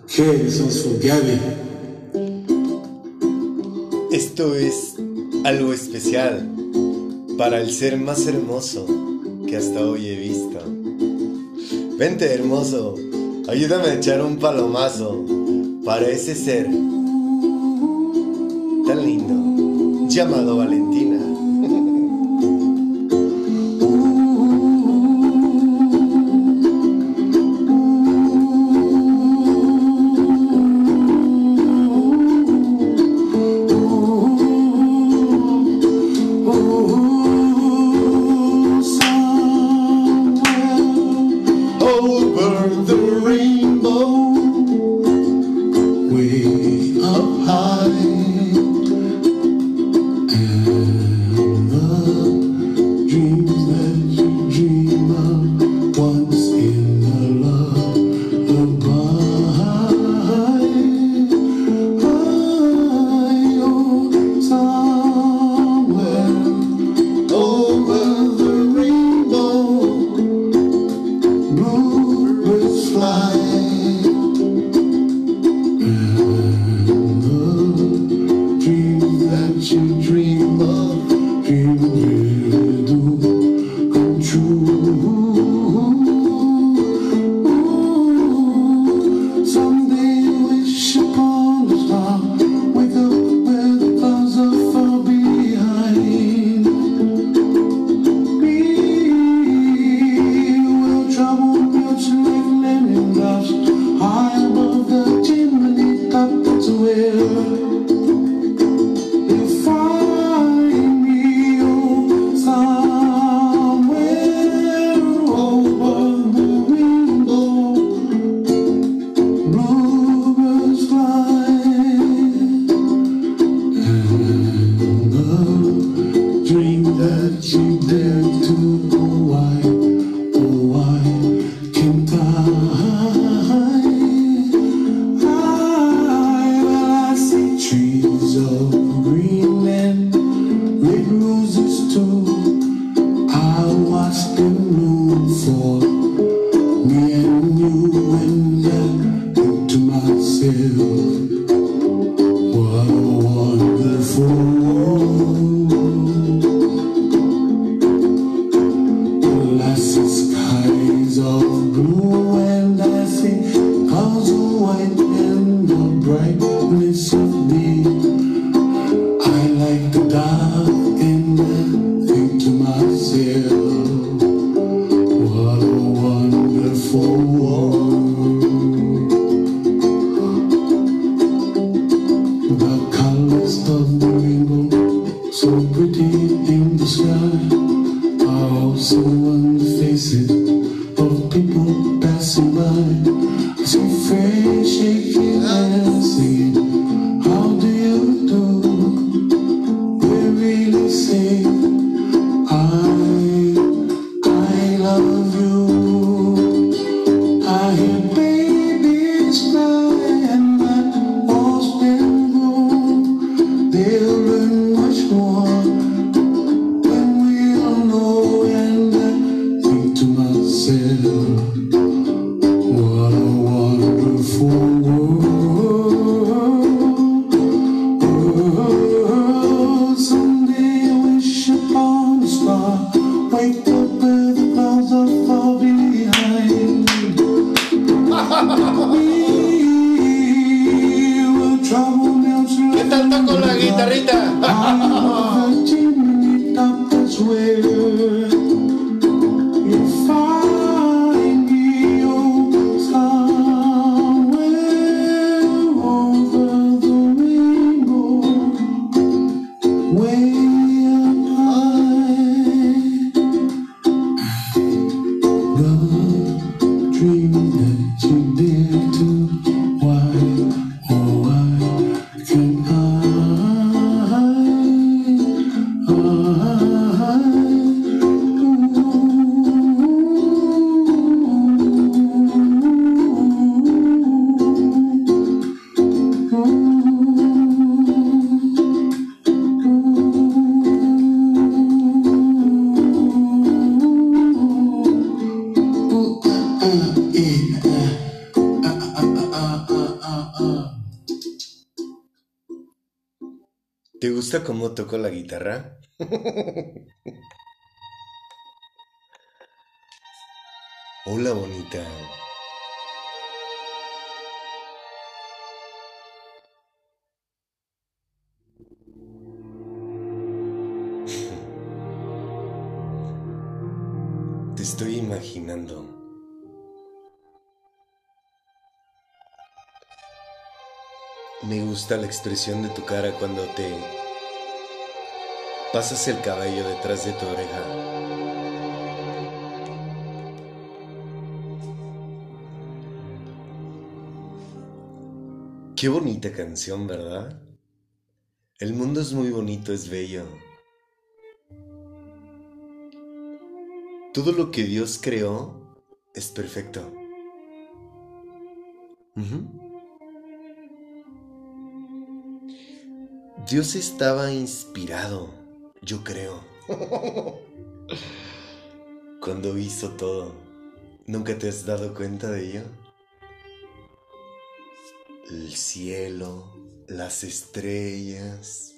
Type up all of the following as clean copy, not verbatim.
Okay, this one's from Gabby. Esto es algo especial para el ser más hermoso que hasta hoy he visto. Vente, hermoso, ayúdame a echar un palomazo para ese ser tan lindo llamado Valentina. ¿Qué tal toco la guitarrita? ¿Te gusta cómo toco la guitarra? Hola, bonita. Te estoy imaginando. Me gusta la expresión de tu cara cuando te pasas el cabello detrás de tu oreja. Qué bonita canción, ¿verdad? El mundo es muy bonito, es bello. Todo lo que Dios creó es perfecto. Ujú. Dios estaba inspirado, yo creo, cuando hizo todo. ¿Nunca te has dado cuenta de ello? El cielo, las estrellas,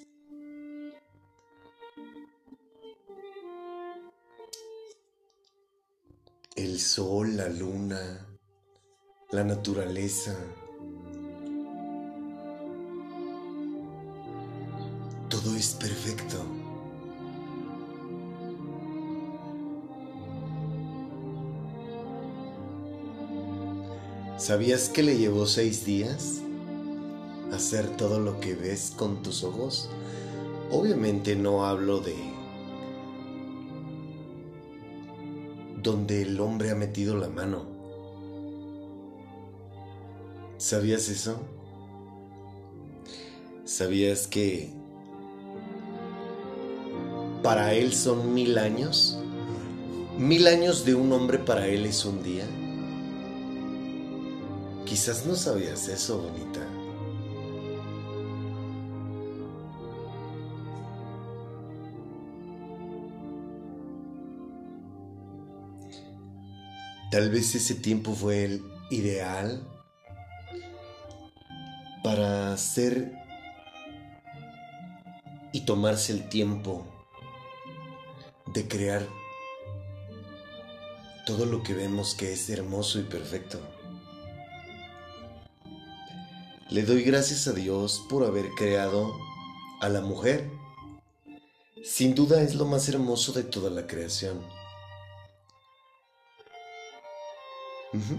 el sol, la luna, la naturaleza. Todo es perfecto. ¿Sabías que le llevó 6 días hacer todo lo que ves con tus ojos? Obviamente no hablo de donde el hombre ha metido la mano. ¿Sabías eso? ¿Sabías que para él son 1000 años? 1000 años de un hombre para él es un día. Quizás no sabías eso, bonita. Tal vez ese tiempo fue el ideal para hacer y tomarse el tiempo de crear todo lo que vemos que es hermoso y perfecto. Le doy gracias a Dios por haber creado a la mujer. Sin duda es lo más hermoso de toda la creación. Ujú.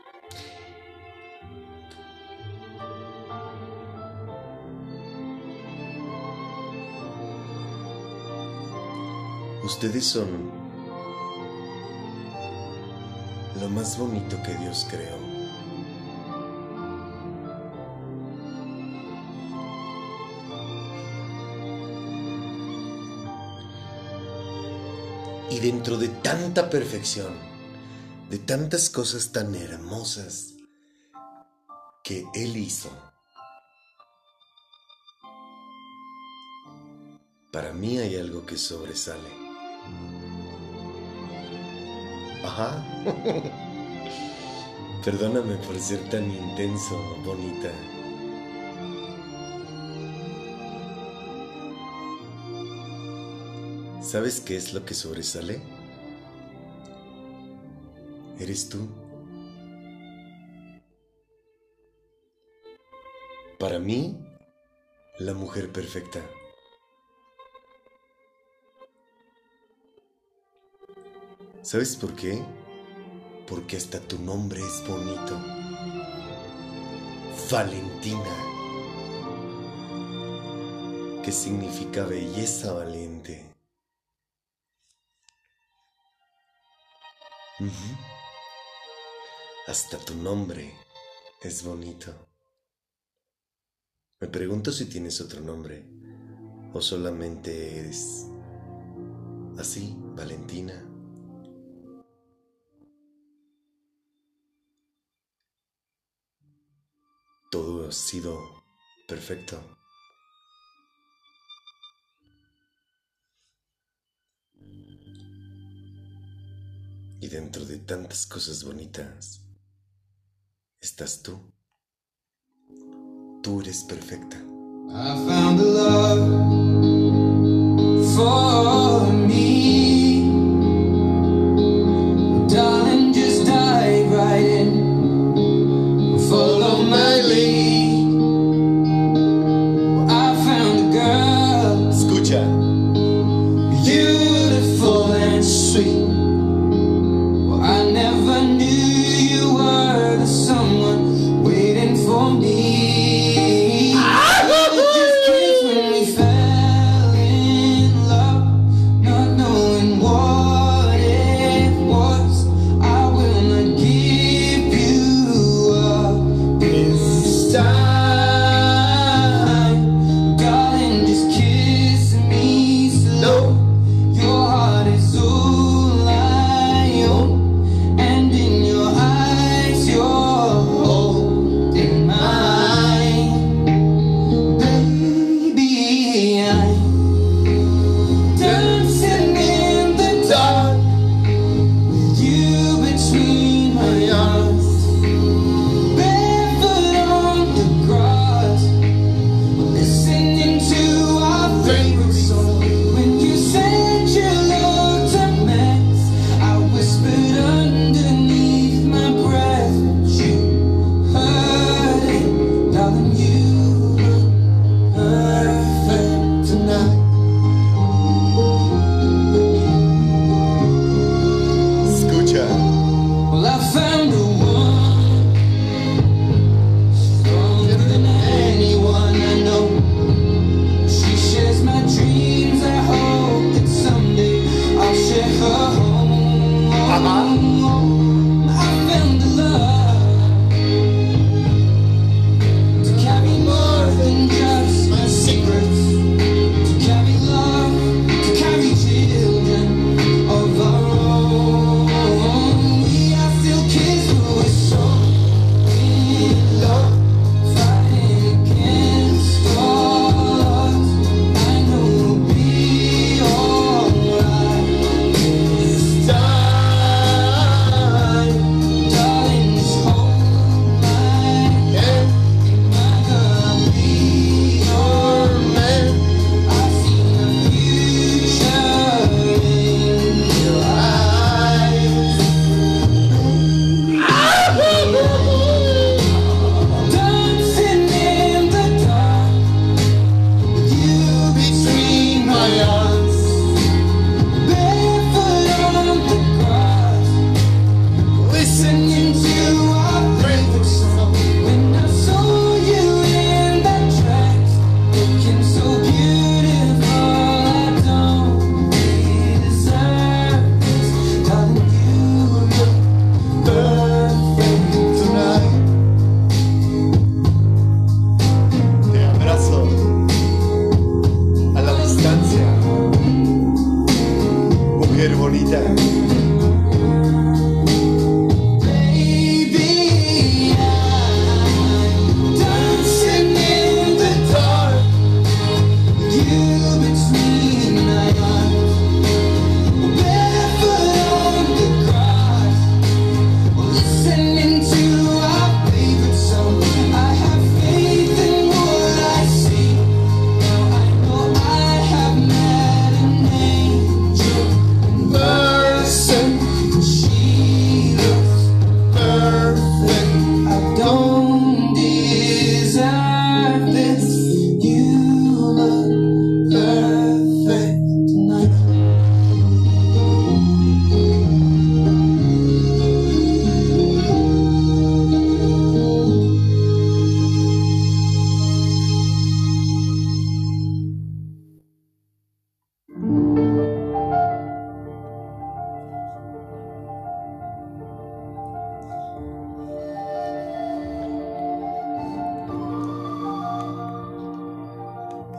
Ustedes son lo más bonito que Dios creó. Y dentro de tanta perfección, de tantas cosas tan hermosas que Él hizo, para mí hay algo que sobresale. Ajá. Perdóname por ser tan intenso, bonita. ¿Sabes qué es lo que sobresale? Eres tú. Para mí, la mujer perfecta. ¿Sabes por qué? Porque hasta tu nombre es bonito. Valentina, que significa belleza valiente. Ujú. Hasta tu nombre es bonito. Me pregunto si tienes otro nombre o solamente eres así, Valentina. Todo ha sido perfecto. Y dentro de tantas cosas bonitas, estás tú. Tú eres perfecta. I found a love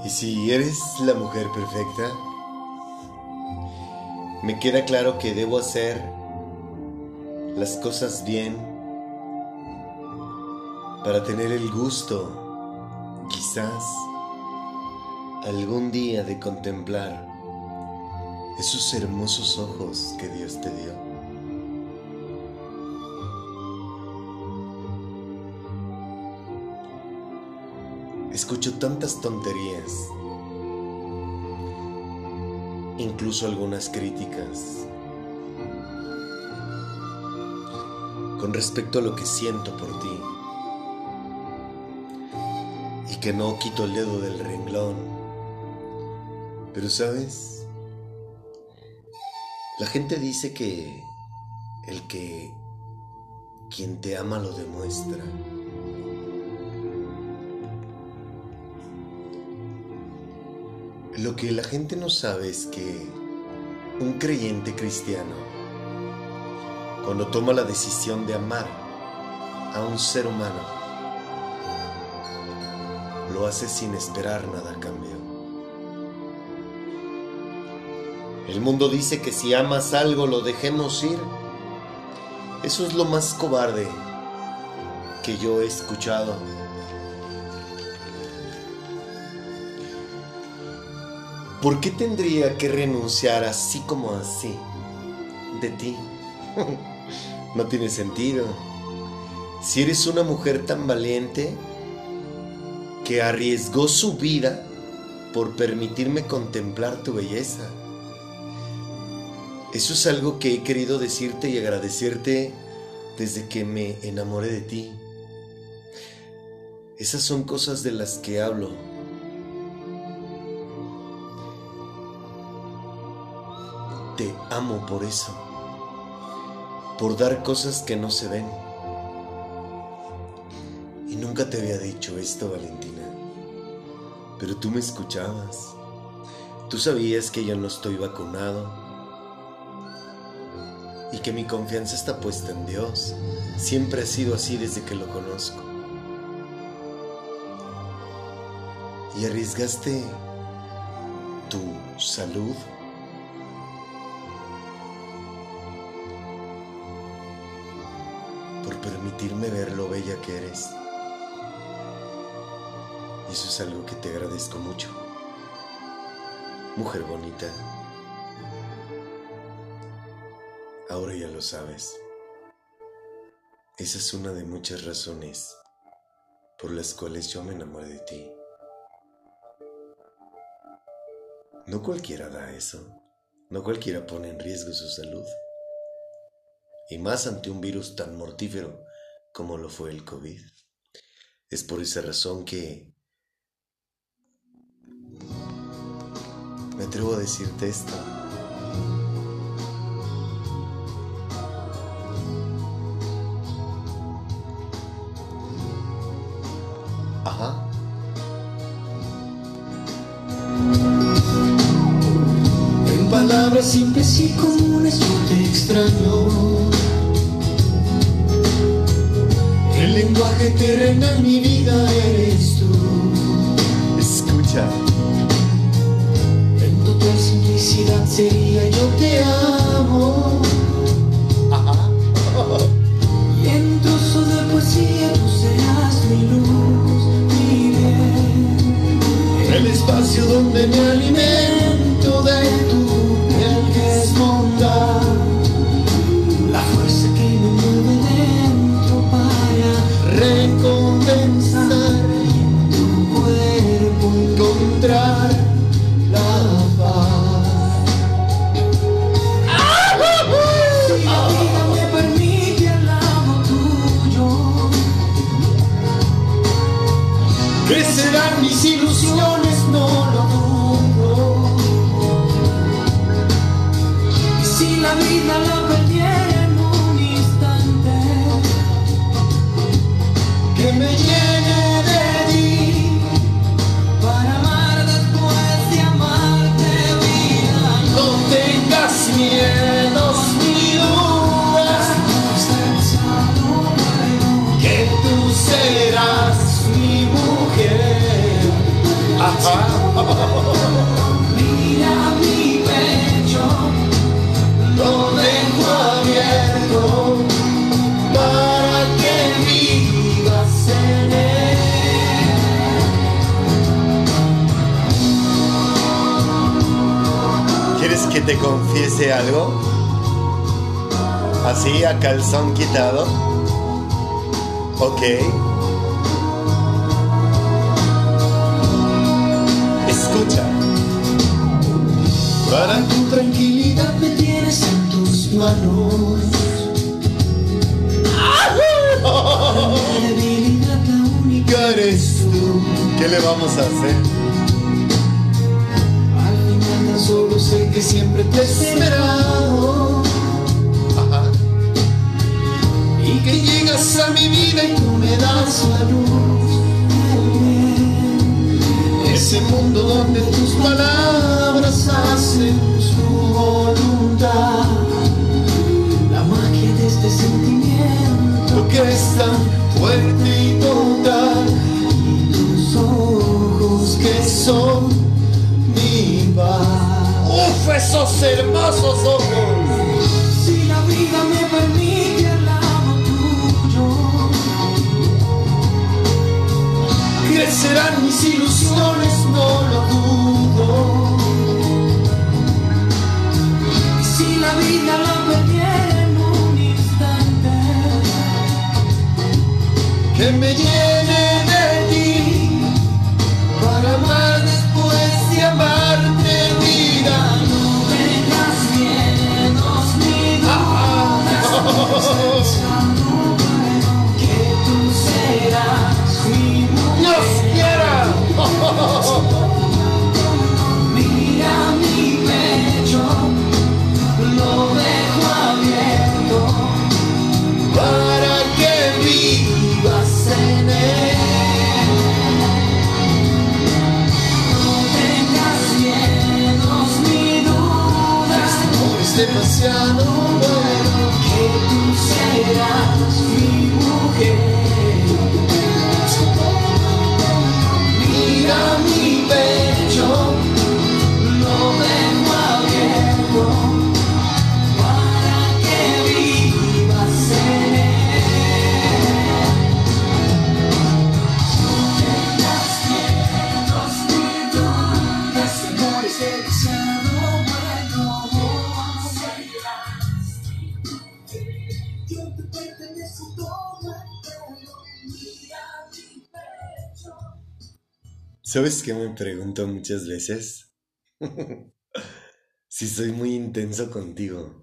Y si eres la mujer perfecta, me queda claro que debo hacer las cosas bien para tener el gusto, quizás, algún día de contemplar esos hermosos ojos que Dios te dio. Escucho tantas tonterías, incluso algunas críticas, con respecto a lo que siento por ti, y que no quito el dedo del renglón. Pero ¿sabes? La gente dice que quien te ama lo demuestra. Lo que la gente no sabe es que un creyente cristiano, cuando toma la decisión de amar a un ser humano, lo hace sin esperar nada a cambio. El mundo dice que si amas algo lo dejemos ir. Eso es lo más cobarde que yo he escuchado. ¿Por qué tendría que renunciar así como así de ti? No tiene sentido. Si eres una mujer tan valiente que arriesgó su vida por permitirme contemplar tu belleza. Eso es algo que he querido decirte y agradecerte desde que me enamoré de ti. Esas son cosas de las que hablo. Te amo por eso, por dar cosas que no se ven. Y nunca te había dicho esto, Valentina, pero tú me escuchabas. Tú sabías que yo no estoy vacunado y que mi confianza está puesta en Dios. Siempre ha sido así desde que lo conozco. Y arriesgaste tu salud por permitirme ver lo bella que eres. Y eso es algo que te agradezco mucho, mujer bonita. Ahora ya lo sabes. Esa es una de muchas razones por las cuales yo me enamoré de ti. No cualquiera da eso. No cualquiera pone en riesgo su salud. Y más ante un virus tan mortífero como lo fue el COVID. Es por esa razón que me atrevo a decirte esto. Ajá. En palabras simples y comunes yo te extraño. El lenguaje que reina en mi vida eres tú. Escucha. En total simplicidad sería yo te amo. Ajá. Y en trozo de poesía tú serás mi luz, mi bien. El espacio donde me alimento de tu piel que es bondad. La fuerza que me mueve dentro para recomenzar y en tu cuerpo encontrar la paz. Si la vida me permite al lado tuyo, crecerán mis ilusiones, no lo dudo. Y si la vida la perdiera en un instante, que me llene de ti para amar después de amarte, vida. No tengas miedos ni dudas, que tú serás mi mujer. Ajá. Mira mi pecho, lo dejo abierto para que vivas en él. ¿Quieres que te confiese algo? Así, a calzón quitado. Ok. Escucha. Para tu tranquilidad me tienes en tus manos. Mi debilidad la única eres tú. ¿Qué le vamos a hacer? Al final tan solo sé que siempre te he esperado. Ajá. Y que llegas a mi vida y tú me das la luz. El bien. Ese mundo donde tus palabras hacen su voluntad. La magia de este sentimiento que es tan fuerte y total. Y tus ojos que son mi paz. ¡Uf, esos hermosos ojos! Si la vida me permite al lado tuyo, crecerán mis ilusiones, no lo dudo. Y si la vida la perdiera en un instante, que me llene de ti, para amar después de amarte, vida. No tengas miedos ni dudas, que tú serás mi mujer. ¡Dios quiera! Mira mi pecho, lo dejo abierto para que vivas en él. No tengas miedos ni dudas, este amor es demasiado bueno, que tú serás mi mujer. Mira mi pecho, lo dejo abierto para que vivas en él. No tengas miedos ni dudas, este amor es demasiado bueno. Yo te pertenezco todo entero. Mira mi pecho. ¿Sabes qué me pregunto muchas veces? Si soy muy intenso contigo.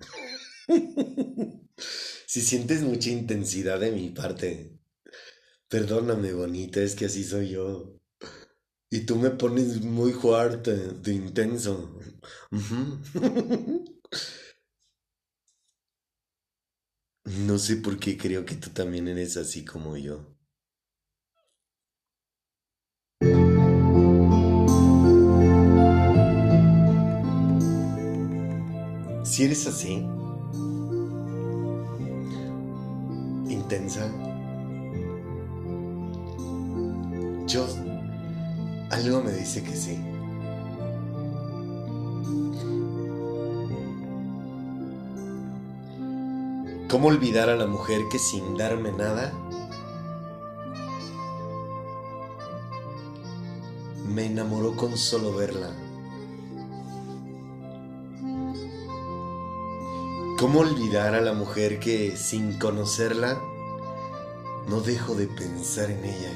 Si sientes mucha intensidad de mi parte. Perdóname, bonita, es que así soy yo. Y tú me pones muy fuerte, de intenso. Ujú. No sé por qué creo que tú también eres así como yo. Si eres así, intensa, algo me dice que sí. ¿Cómo olvidar a la mujer que sin darme nada me enamoró con solo verla? ¿Cómo olvidar a la mujer que sin conocerla no dejo de pensar en ella?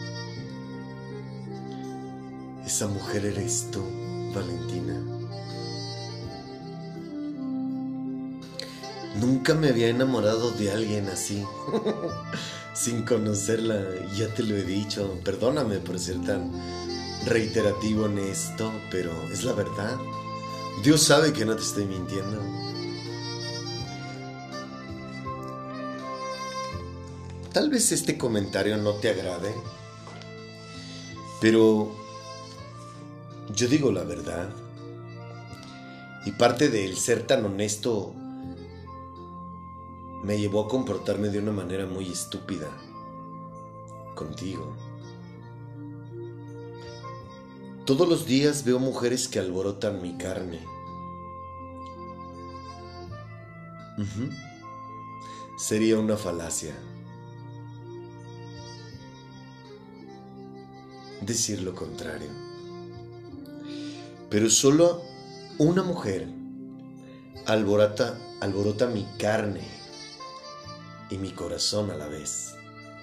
Esa mujer eres tú, Valentina. Nunca me había enamorado de alguien así, sin conocerla, ya te lo he dicho. Perdóname por ser tan reiterativo en esto, pero es la verdad. Dios sabe que no te estoy mintiendo. Tal vez este comentario no te agrade, pero yo digo la verdad. Y parte del ser tan honesto me llevó a comportarme de una manera muy estúpida contigo. Todos los días veo mujeres que alborotan mi carne. Sería una falacia decir lo contrario. Pero solo una mujer alborota mi carne y mi corazón a la vez.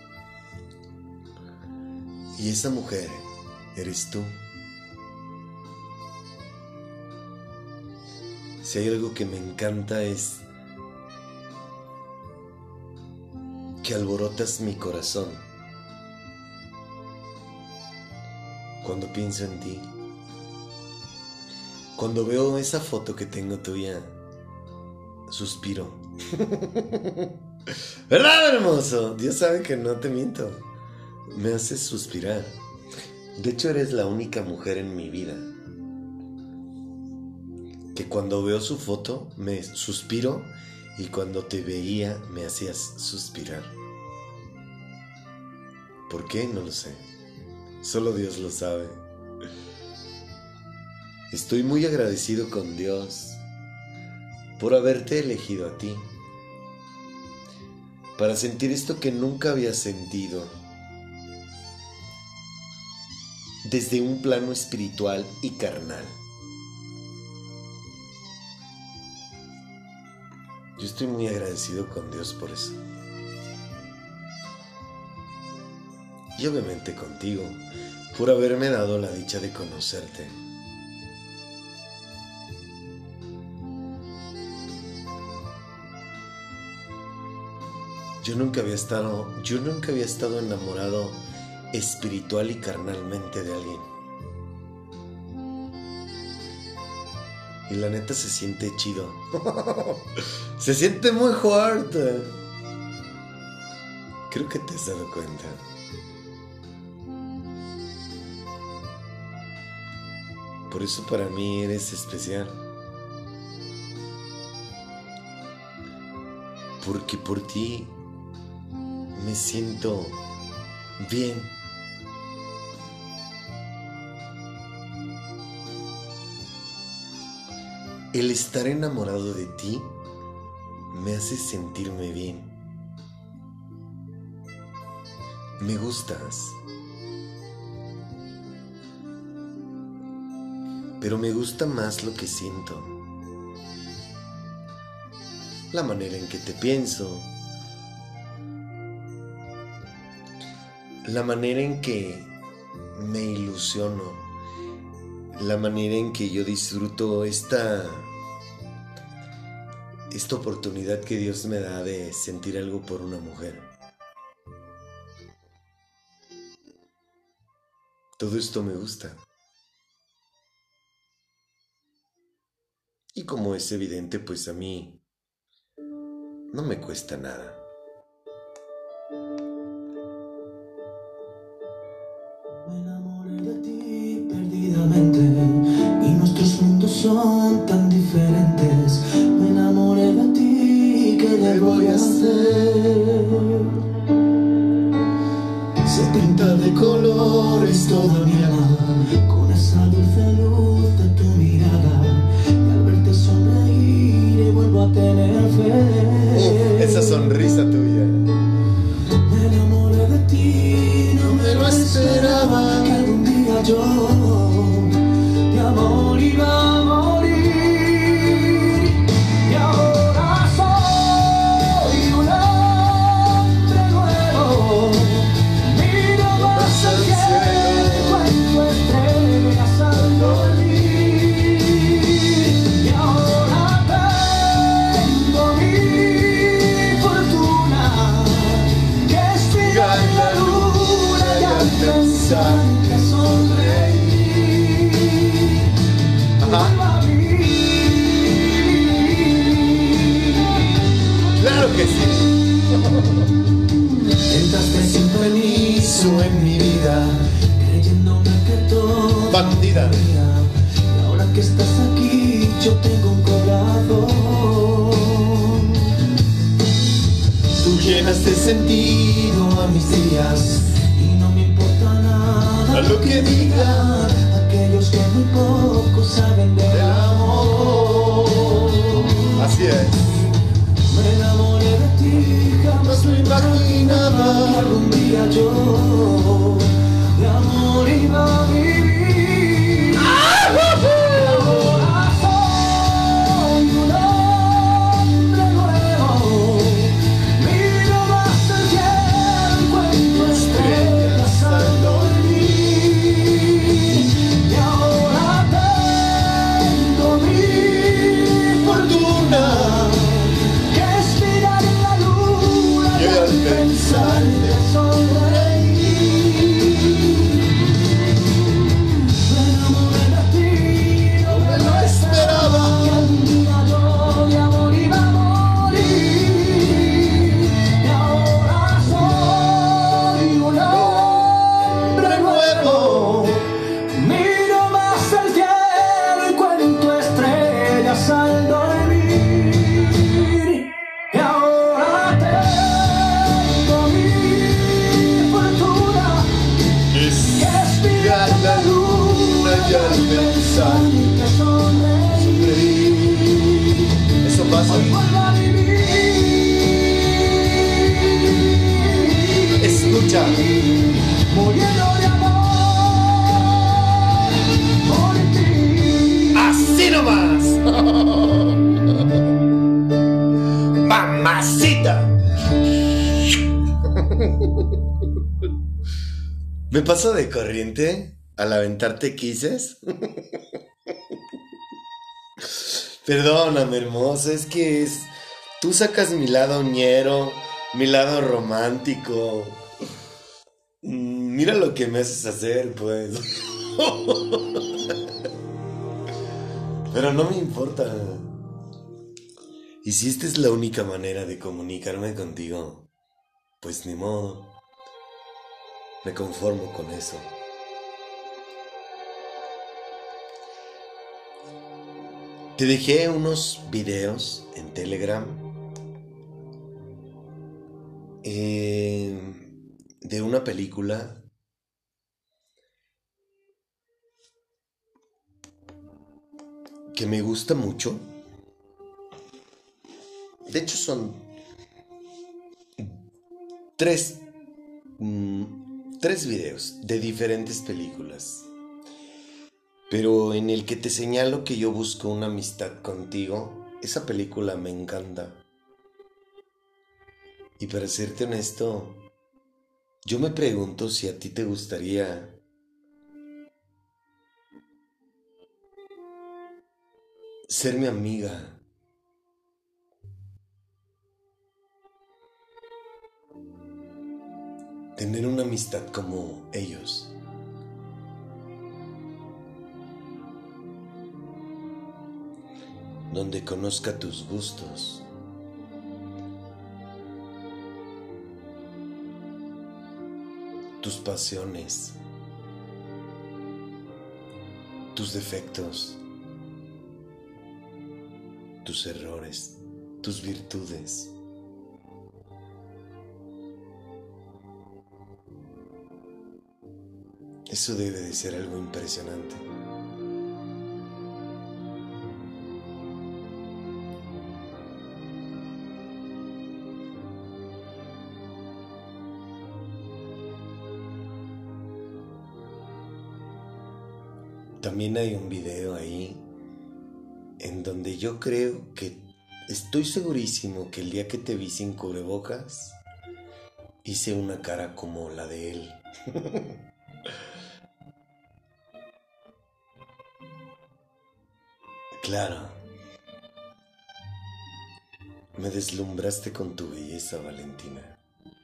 Y esa mujer eres tú. Si hay algo que me encanta es que alborotas mi corazón cuando pienso en ti. Cuando veo esa foto que tengo tuya, suspiro. ¿Verdad, hermoso? Dios sabe que no te miento. Me haces suspirar. De hecho, eres la única mujer en mi vida que cuando veo su foto me suspiro, y cuando te veía me hacías suspirar. ¿Por qué? No lo sé. Solo Dios lo sabe. Estoy muy agradecido con Dios por haberte elegido a ti, para sentir esto que nunca había sentido, desde un plano espiritual y carnal. Yo estoy muy agradecido con Dios por eso. Y obviamente contigo, por haberme dado la dicha de conocerte. Yo nunca había estado enamorado espiritual y carnalmente de alguien. Y la neta se siente chido. Se siente muy fuerte. Creo que te has dado cuenta. Por eso para mí eres especial. Porque por ti me siento bien. El estar enamorado de ti me hace sentirme bien. Me gustas. Pero me gusta más lo que siento. La manera en que te pienso. La manera en que me ilusiono. La manera en que yo disfruto esta oportunidad que Dios me da de sentir algo por una mujer. Todo esto me gusta. Y como es evidente, pues a mí no me cuesta nada. Me enamoré de ti perdidamente y nuestros mundos son tan diferentes. Me enamoré de ti, ¿qué le voy a hacer? Se pinta de colores toda mi alma con esa dulce luz de tu mirada, y al verte sonreír vuelvo a tener fe. Esa sonrisa tuya. Me enamoré de ti, no me lo esperaba, que algún día yo de amor iba a morir. Y ahora soy un hombre nuevo, miro más al cielo, encuentro estrellas al dormir. Y ahora tengo mi fortuna, que espiga en la luna, y al pensar que sonreí, vuelvo a vivir. Claro que sí. Entraste sin permiso en mi vida, creyéndome que todo Bandida. era. Y ahora que estás aquí, yo tengo un corazón. Tú llenas de sentido a mis días, y no me importa nada A lo que digan aquellos aquellos que muy poco saben del amor. Así es. Me enamoré de ti, jamás lo imaginaba que algún día yo de amor iba a vivir. Ahora soy un hombre nuevo, miro más el cielo, encuentro estrellas al dormir. Y ahora tengo mi fortuna, que es mirar la luna y al pensar de sonreír. Me enamoré de ti, no me lo esperaba, que algún día yo de amor iba a morir. Y ahora soy un hombre nuevo, miro más al cielo y cuento estrellas al dormir. Y ahora tengo mi fortuna, que es mirar la luna y al pensar que sonreír. Eso pasa. Hoy vuelvo a vivir. Escucha. Muriendo de amor por ti. Así nomás. Mamacita. ¿Me paso de corriente al aventarte quises? Perdóname, hermosa, es que tú sacas mi lado ñero, mi lado romántico. Mira lo que me haces hacer, pues. Pero no me importa. Y si esta es la única manera de comunicarme contigo, pues ni modo. Me conformo con eso. Te dejé unos videos en Telegram de una película que me gusta mucho. De hecho son tres videos de diferentes películas, pero en el que te señalo que yo busco una amistad contigo. Esa película me encanta. Y para serte honesto, yo me pregunto si a ti te gustaría ser mi amiga. Tener una amistad como ellos. Donde conozca tus gustos. Tus pasiones. Tus defectos. Tus errores. Tus virtudes. Eso debe de ser algo impresionante. También hay un video ahí en donde yo creo que estoy segurísimo que el día que te vi sin cubrebocas hice una cara como la de él. Claro, me deslumbraste con tu belleza, Valentina.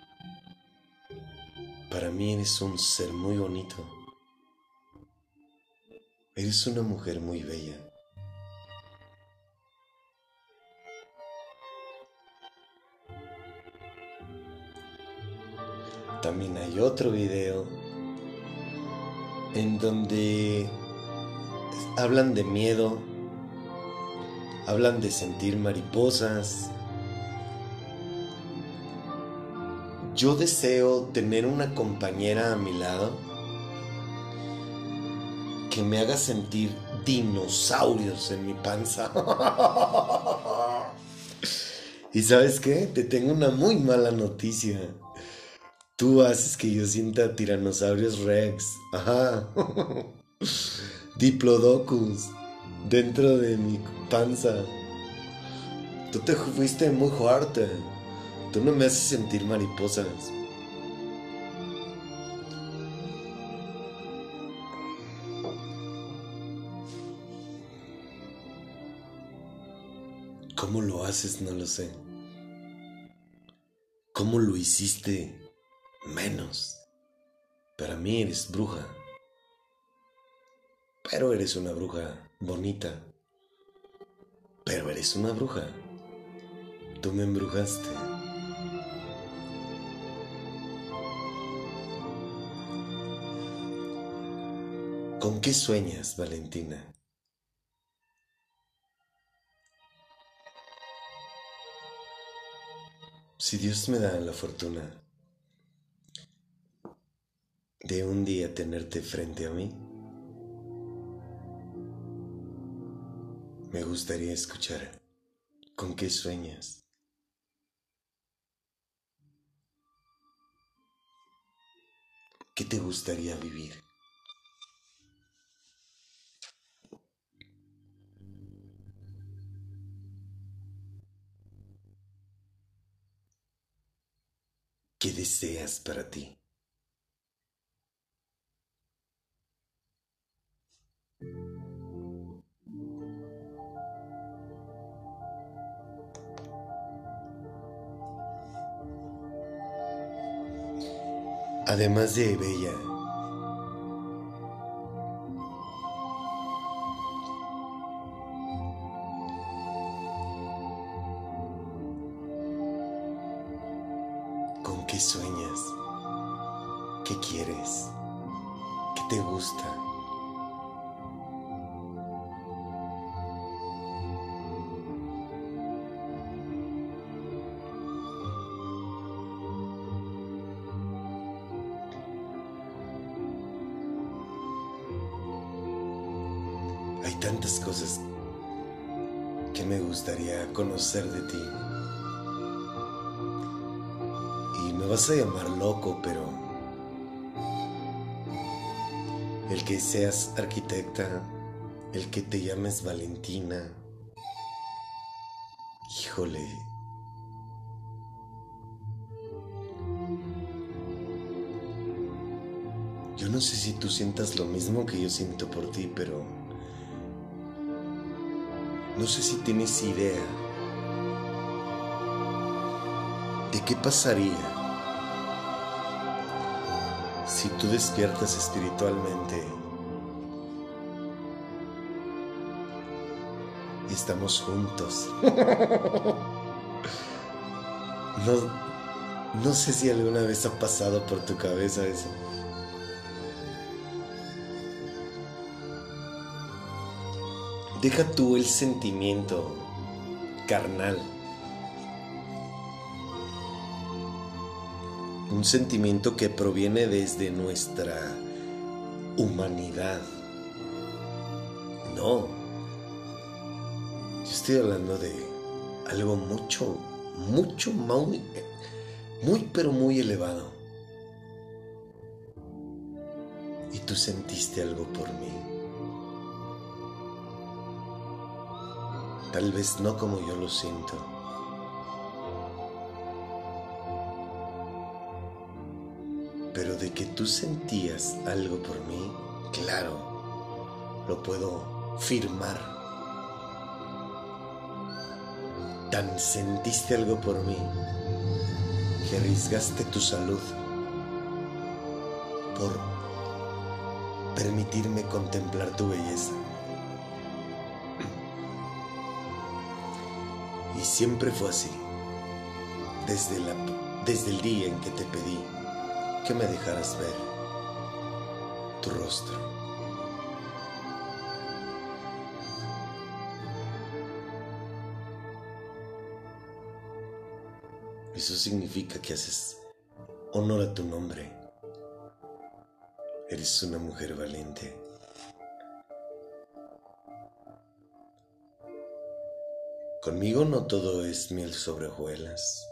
Para mí eres un ser muy bonito. Eres una mujer muy bella. También hay otro video en donde hablan de miedo, hablan de sentir mariposas. Yo deseo tener una compañera a mi lado que me haga sentir dinosaurios en mi panza. ¿Y sabes qué? Te tengo una muy mala noticia. Tú haces que yo sienta Tyrannosaurus Rex. Ajá. Diplodocus dentro de mi panza. Tú te fuiste muy fuerte. Tú no me haces sentir mariposas. ¿Cómo lo haces? No lo sé. ¿Cómo lo hiciste? Menos. Para mí eres bruja. Pero eres una bruja bonita. Pero eres una bruja. Tú me embrujaste. ¿Con qué sueñas, Valentina? Si Dios me da la fortuna de un día tenerte frente a mí, me gustaría escuchar con qué sueñas. ¿Qué te gustaría vivir? ¿Qué deseas para ti? Además de bella, ¿con qué sueñas? ¿Qué quieres? ¿Qué te gusta? Hay tantas cosas que me gustaría conocer de ti. Y me vas a llamar loco, pero el que seas arquitecta, el que te llames Valentina, híjole. Yo no sé si tú sientas lo mismo que yo siento por ti, pero no sé si tienes idea de qué pasaría si tú despiertas espiritualmente y estamos juntos. No sé si alguna vez ha pasado por tu cabeza eso. Deja tú el sentimiento carnal. Un sentimiento que proviene desde nuestra humanidad. No. Yo estoy hablando de algo mucho, pero muy elevado. Y tú sentiste algo por mí. Tal vez no como yo lo siento. Pero de que tú sentías algo por mí, claro, lo puedo firmar. Tan sentiste algo por mí que arriesgaste tu salud por permitirme contemplar tu belleza. Y siempre fue así, desde el día en que te pedí que me dejaras ver tu rostro. Eso significa que haces honor a tu nombre. Eres una mujer valiente. Conmigo no todo es miel sobre hojuelas.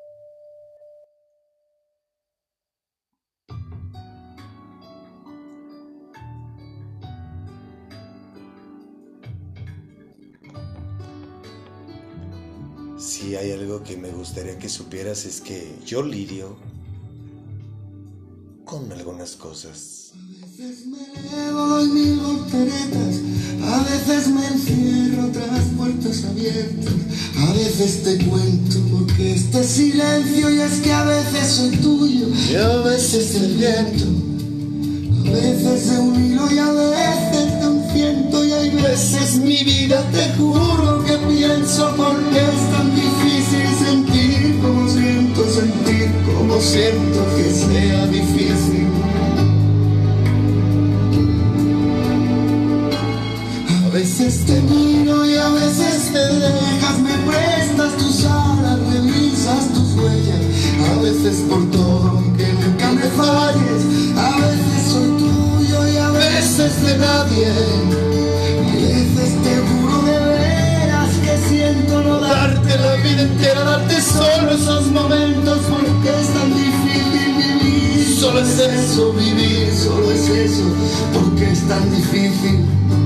Si hay algo que me gustaría que supieras es que yo lidio con algunas cosas. A veces me elevo, doy mil volteretas, a veces me encierro tras puertas abiertas, a veces te cuento porque este silencio, y es que a veces soy tuyo y a veces el viento, a veces de un hilo y a veces de un ciento, y hay veces mi vida te juro que pienso porque es tan difícil sentir como siento sentir, como siento que sea difícil. A veces te miro y a veces te dejas, me prestas tus alas, revisas tus huellas, a veces por todo aunque nunca me falles, a veces soy tuyo y a veces de nadie, a veces te juro de veras que siento no darte la vida entera, darte solo esos momentos porque es tan difícil vivir, solo es eso vivir, solo es eso porque es tan difícil.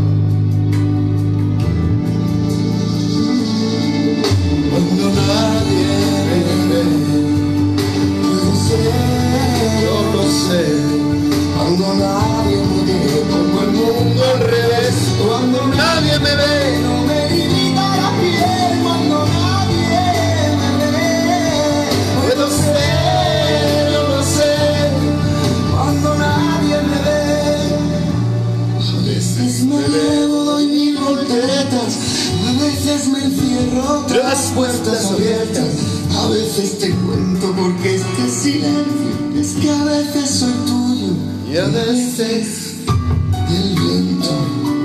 Cuando nadie me ve, puedo ser, yo lo sé. Cuando nadie me ve, como el mundo al revés. Cuando nadie me ve, no me limita la piel. Cuando nadie me ve, puedo ser, yo lo sé. Cuando nadie me ve, a veces me elevo, doy mil volteretas, a veces me encierro tras puertas abiertas, a veces te cuento porque este silencio es que a veces soy tuyo y a veces el viento.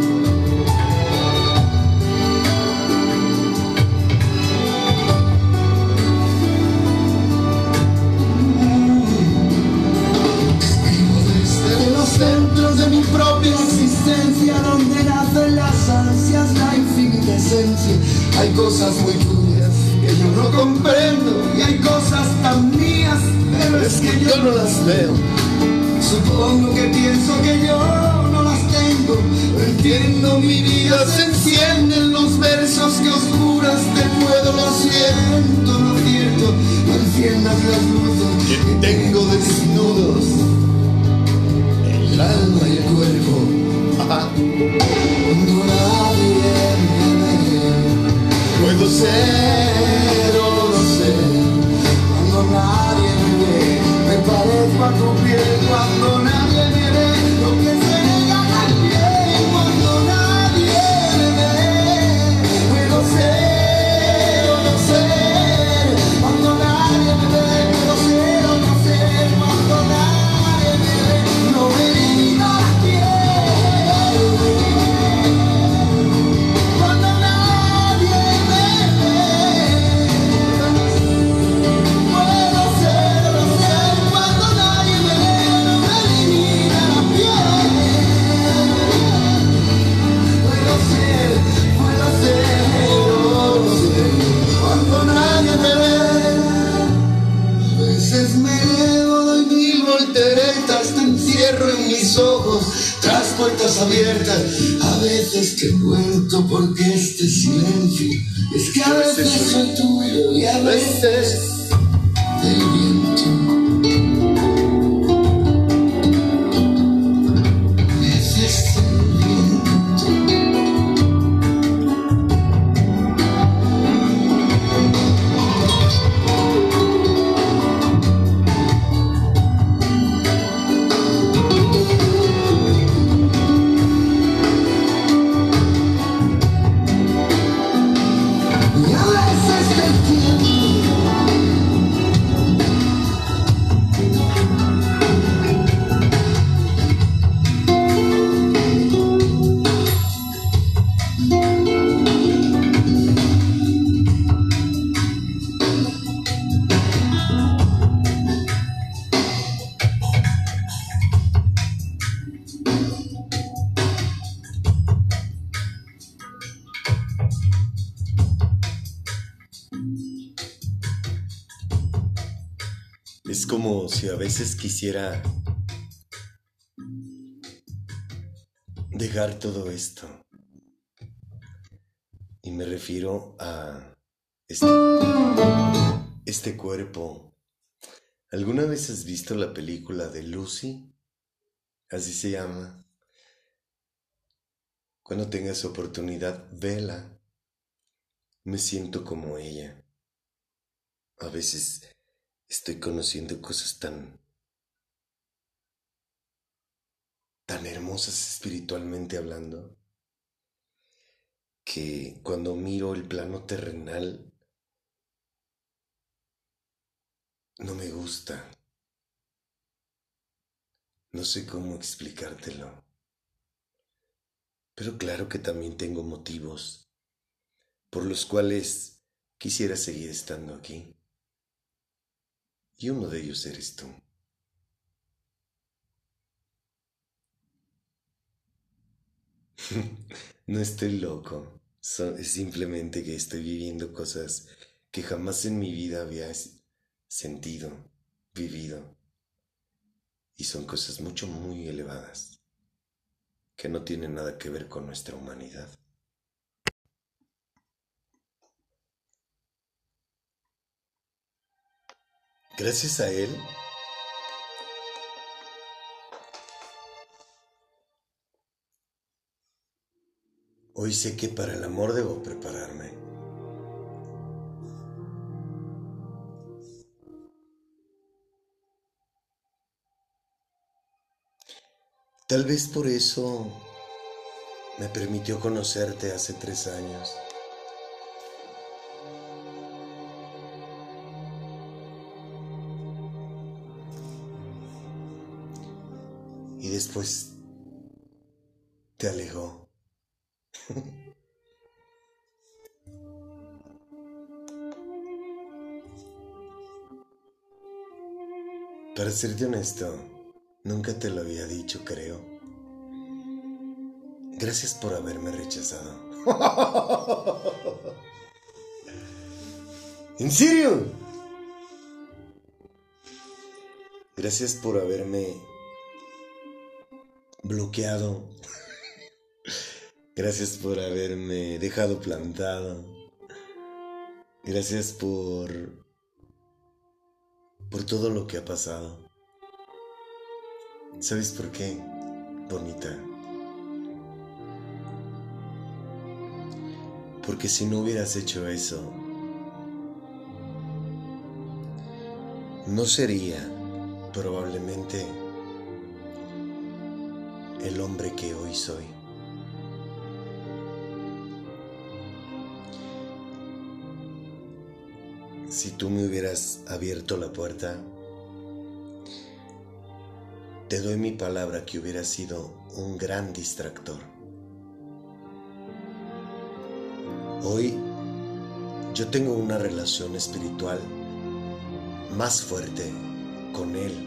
Escribo desde los centros de mi propia existencia, donde nacen las ansias, la infinita esencia. Hay cosas muy tuyas que yo no comprendo y hay cosas tan mías, pero es que yo no las veo. Supongo que pienso que yo no las tengo. No entiendo, mi vida se enciende en los versos que oscuras te puedo. Lo siento, lo cierto, no enciendas las luces que tengo desnudos, el alma y el cuerpo. Cuando nadie me ve, puedo ser, o lo sé. Cuando nadie me ve, me parezco a tu piel. Cuando nadie me ve, lo que se nega también. Cuando nadie me ve, puedo ser, o no ser. Cuando nadie me ve, puedo ser, o no ser. Cuando nadie me ve, no me limita la piel. Cuando nadie me ve, puedo ser, o no ser. Cuando nadie me ve, no me limita la piel. Puedo ser, o no ser. Cuando nadie me ve. A veces me elevo, doy mil volteretas, te encierro en mis ojos tras puertas abiertas. A veces te cuento porque este silencio es que a veces soy tuyo y a veces del viento. A veces del viento. Y a veces del tiempo. como si a veces quisiera dejar todo esto. Y me refiero a este cuerpo. ¿Alguna vez has visto la película de Lucy? Así se llama. Cuando tengas oportunidad, vela. Me siento como ella. A veces estoy conociendo cosas tan hermosas espiritualmente hablando, que cuando miro el plano terrenal no me gusta. No sé cómo explicártelo. Pero claro que también tengo motivos por los cuales quisiera seguir estando aquí. Y uno de ellos eres tú. No estoy loco. Es simplemente que estoy viviendo cosas que jamás en mi vida había sentido, vivido. Y son cosas muy elevadas, que no tienen nada que ver con nuestra humanidad. Gracias a él, hoy sé que para el amor debo prepararme. Tal vez por eso me permitió conocerte hace 3 años. Y después te alejó. Para serte honesto, nunca te lo había dicho, creo. Gracias por haberme rechazado. ¿En serio? Gracias por haberme bloqueado. Gracias por haberme dejado plantado. Gracias por todo lo que ha pasado. ¿Sabes por qué, bonita? Porque si no hubieras hecho eso, no sería probablemente el hombre que hoy soy. Si tú me hubieras abierto la puerta, te doy mi palabra que hubiera sido un gran distractor. Hoy yo tengo una relación espiritual más fuerte con él.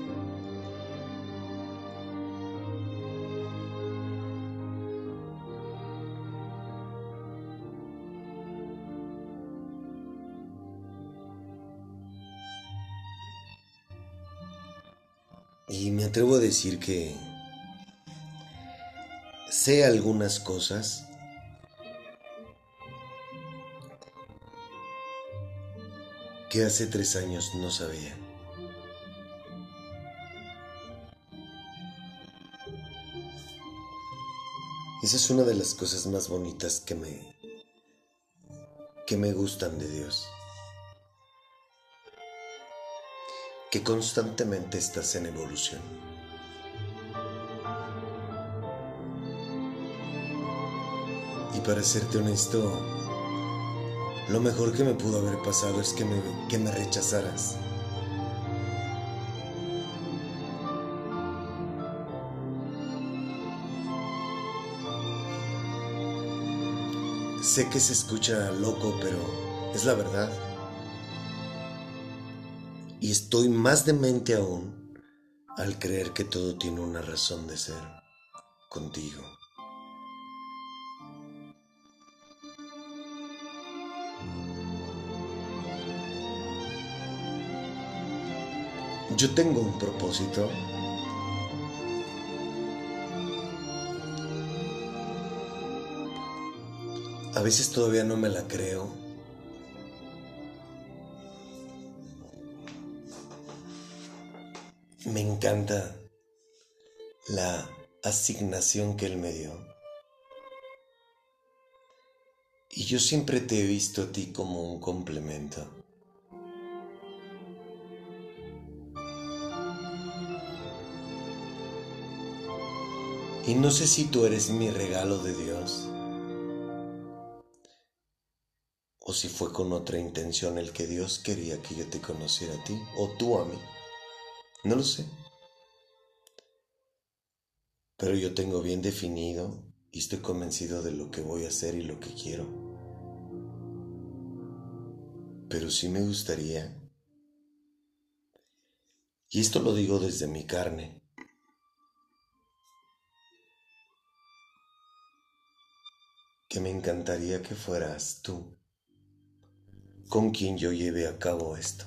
Y me atrevo a decir que sé algunas cosas que hace 3 años no sabía. Esa es una de las cosas más bonitas que me gustan de Dios. Que constantemente estás en evolución. Y para serte honesto, lo mejor que me pudo haber pasado es que me rechazaras. Sé que se escucha loco, pero es la verdad. Y estoy más demente aún al creer que todo tiene una razón de ser contigo. yo tengo un propósito. A veces todavía no me la creo. Me encanta la asignación que Él me dio. Y yo siempre te he visto a ti como un complemento. Y no sé si tú eres mi regalo de Dios o si fue con otra intención el que Dios quería que yo te conociera a ti o tú a mí. No lo sé. Pero yo tengo bien definido y estoy convencido de lo que voy a hacer y lo que quiero. Pero sí me gustaría, y esto lo digo desde mi carne, que me encantaría que fueras tú con quien yo lleve a cabo esto.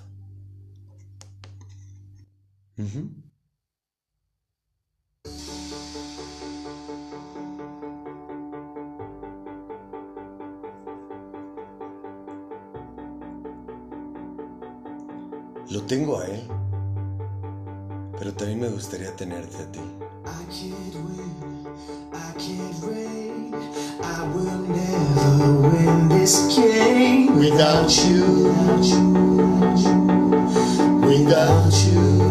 Lo tengo a él, pero también me gustaría tenerte a ti. I can't win, I can't reign, I will never win this game without you, without you.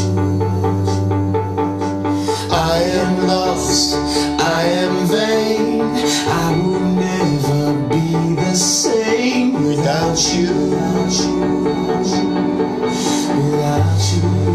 I am lost, I am vain, I will never be the same without you, without you.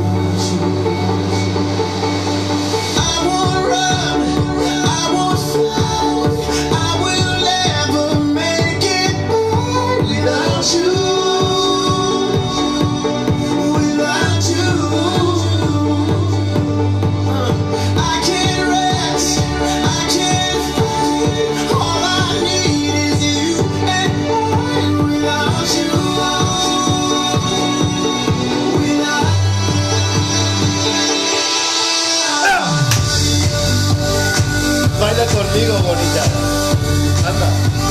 Baila conmigo, bonita. Anda.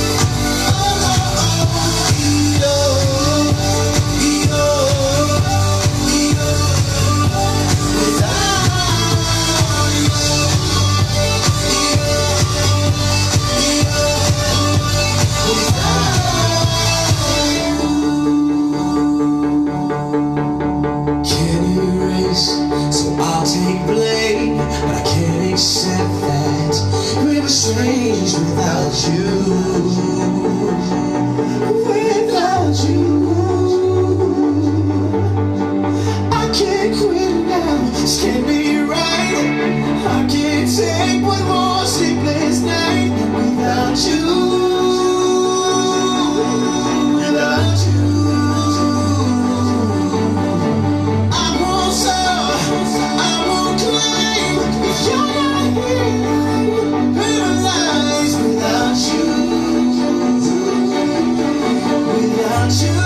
Can't erase, so I'll take blame, but I can't accept that we were strange without you. Without you, I can't quit now. This can't be right. I can't take one more sleepless night without you. Without you. I won't stop, I won't climb if you're not here. Paralyzed without you, without you.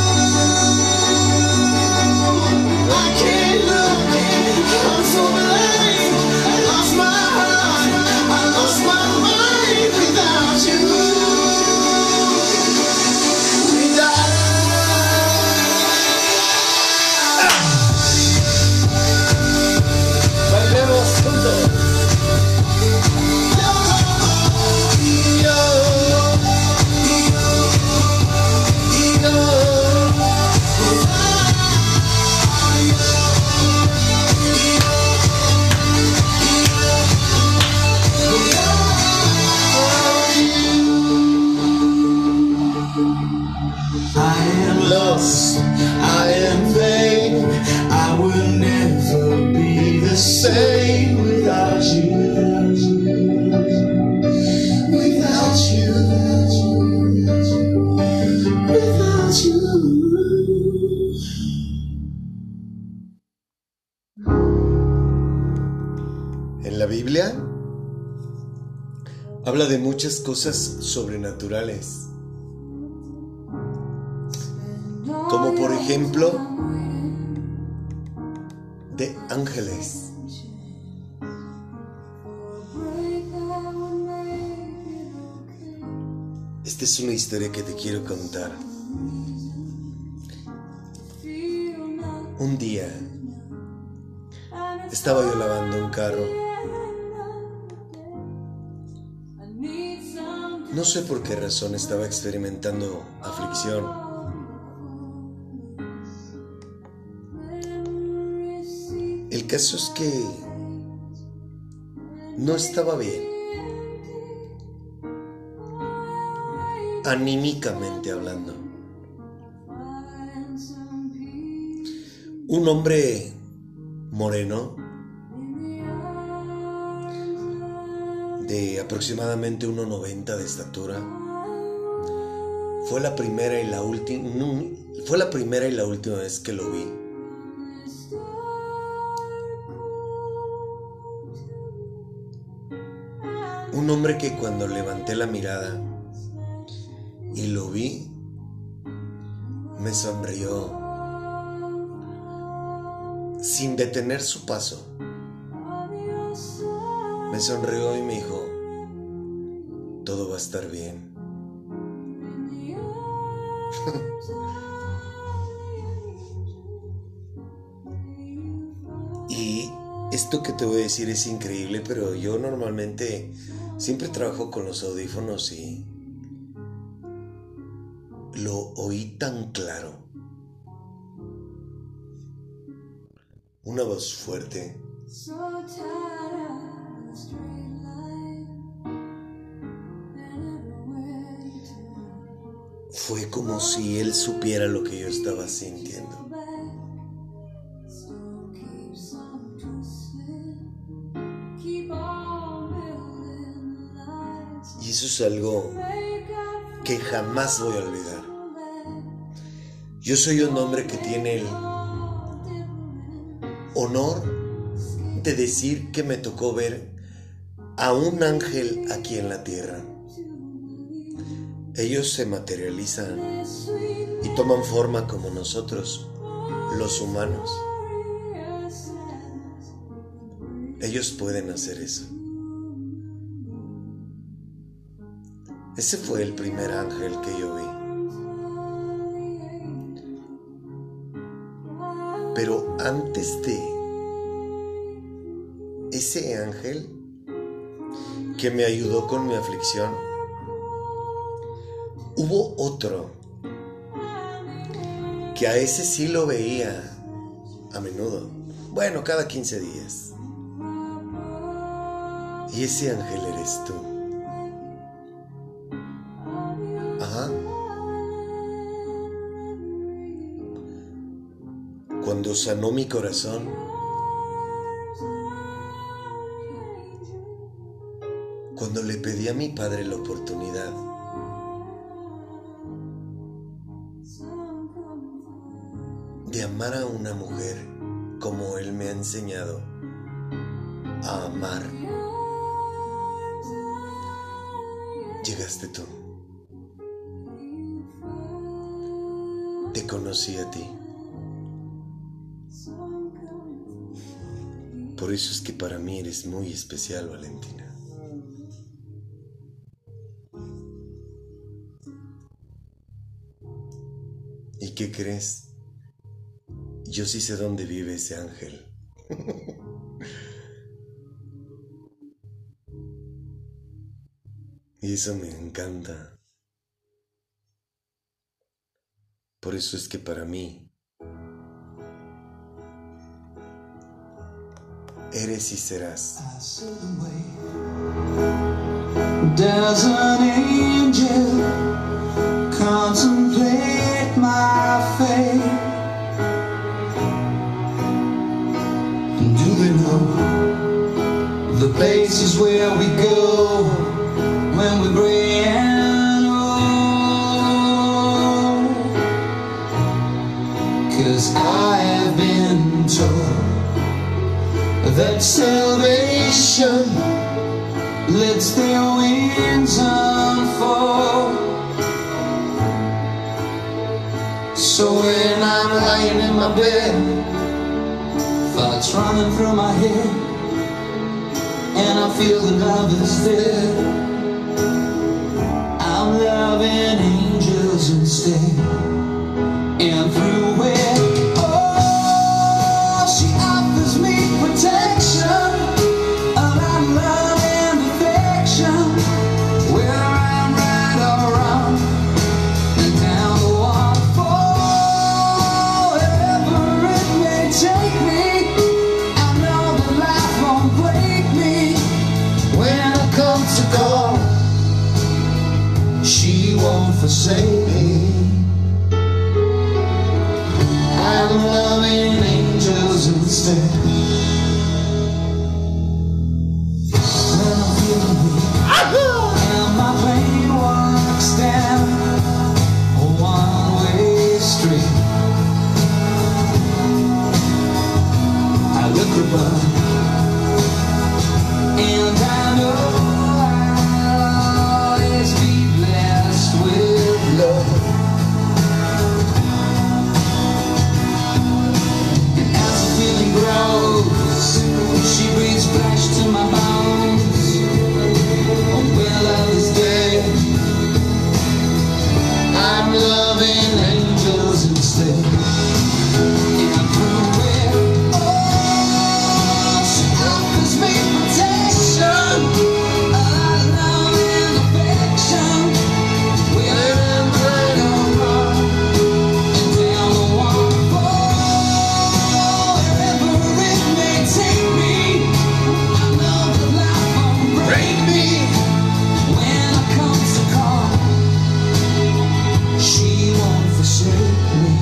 I can't look, I'm so blind. I lost my heart, I lost my mind without you. Without Bailemos juntos. I am lost, I am vain, I will never be the same without you, without you, without you. En la Biblia habla de muchas cosas sobrenaturales, como por ejemplo de ángeles. Esta es una historia que te quiero contar. Un día estaba yo lavando un carro. No sé por qué razón estaba experimentando aflicción. El caso es que no estaba bien, anímicamente hablando. Un hombre moreno de aproximadamente 1,90 de estatura fue la primera y la última vez que lo vi. Un hombre que cuando levanté la mirada y lo vi, me sonrió sin detener su paso. Me sonrió y me dijo: todo va a estar bien. Y esto que te voy a decir es increíble, pero yo normalmente siempre trabajo con los audífonos y lo oí tan claro. Una voz fuerte. Fue como si él supiera lo que yo estaba sintiendo. Y eso es algo que jamás voy a olvidar. Yo soy un hombre que tiene el honor de decir que me tocó ver a un ángel aquí en la tierra. Ellos se materializan y toman forma como nosotros, los humanos. Ellos pueden hacer eso. Ese fue el primer ángel que yo vi. Pero antes de ese ángel que me ayudó con mi aflicción, hubo otro que a ese sí lo veía a menudo. Bueno, cada 15 días. Y ese ángel eres tú. Ajá. Cuando sanó mi corazón, cuando le pedí a mi padre la oportunidad de amar a una mujer como él me ha enseñado a amar, llegaste tú. Te conocí a ti. Por eso es que para mí eres muy especial, Valentina. ¿Y qué crees? Yo sí sé dónde vive ese ángel. Y eso me encanta. Por eso es que para mí eres y serás. Does an angel contemplate my fate? Do they know the places where we go when we're gray and old? 'Cause I have been told that salvation lets their wings unfold. So when I'm lying in my bed, thoughts thoughts running through my head, and I feel that love is dead. I'm loving angels instead, and through it, oh, she offers me protection, a lot of love and affection, whether I'm right or wrong, and down the waterfall, wherever it may take me. I know that life won't break me when I come to call. She won't forsake me. I'm loving angels instead. When I'm feeling weak and my pain walks down a one-way street, I look above and I know I'll always be blessed with love. And as the feeling grows, she breathes flesh to my bones. Oh, where love is dead, I'm loving angels instead. And through it, oh, she offers me protection, a lot of love and affection, whether I'm right or wrong, and down the waterfall, wherever it may take me. I know that life won't break me when I come to call. She won't forsake me.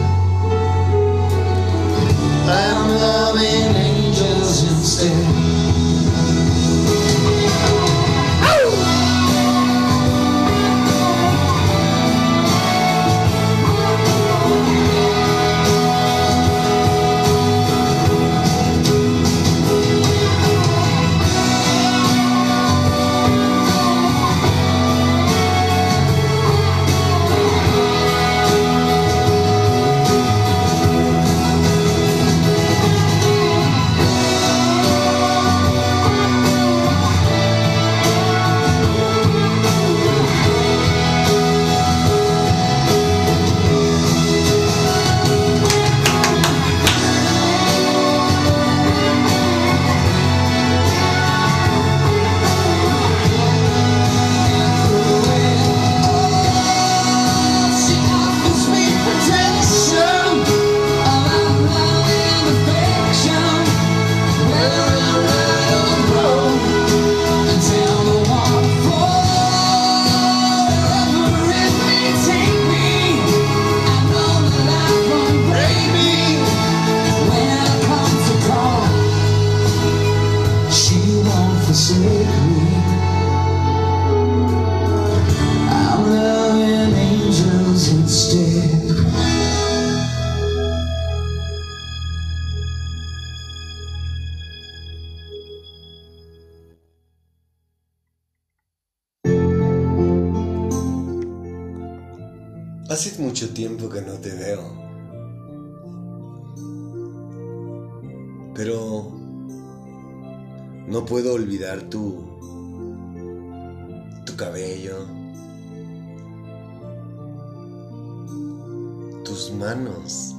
I'm loving angels instead. She offers me protection, a lot of love and affection, whether I'm right or wrong, and down the waterfall, wherever it may take me. I know that life won't break me when I come to call. She won't forsake me. I'm loving angels instead. Hace mucho tiempo que no te veo, pero no puedo olvidar tu cabello, tus manos,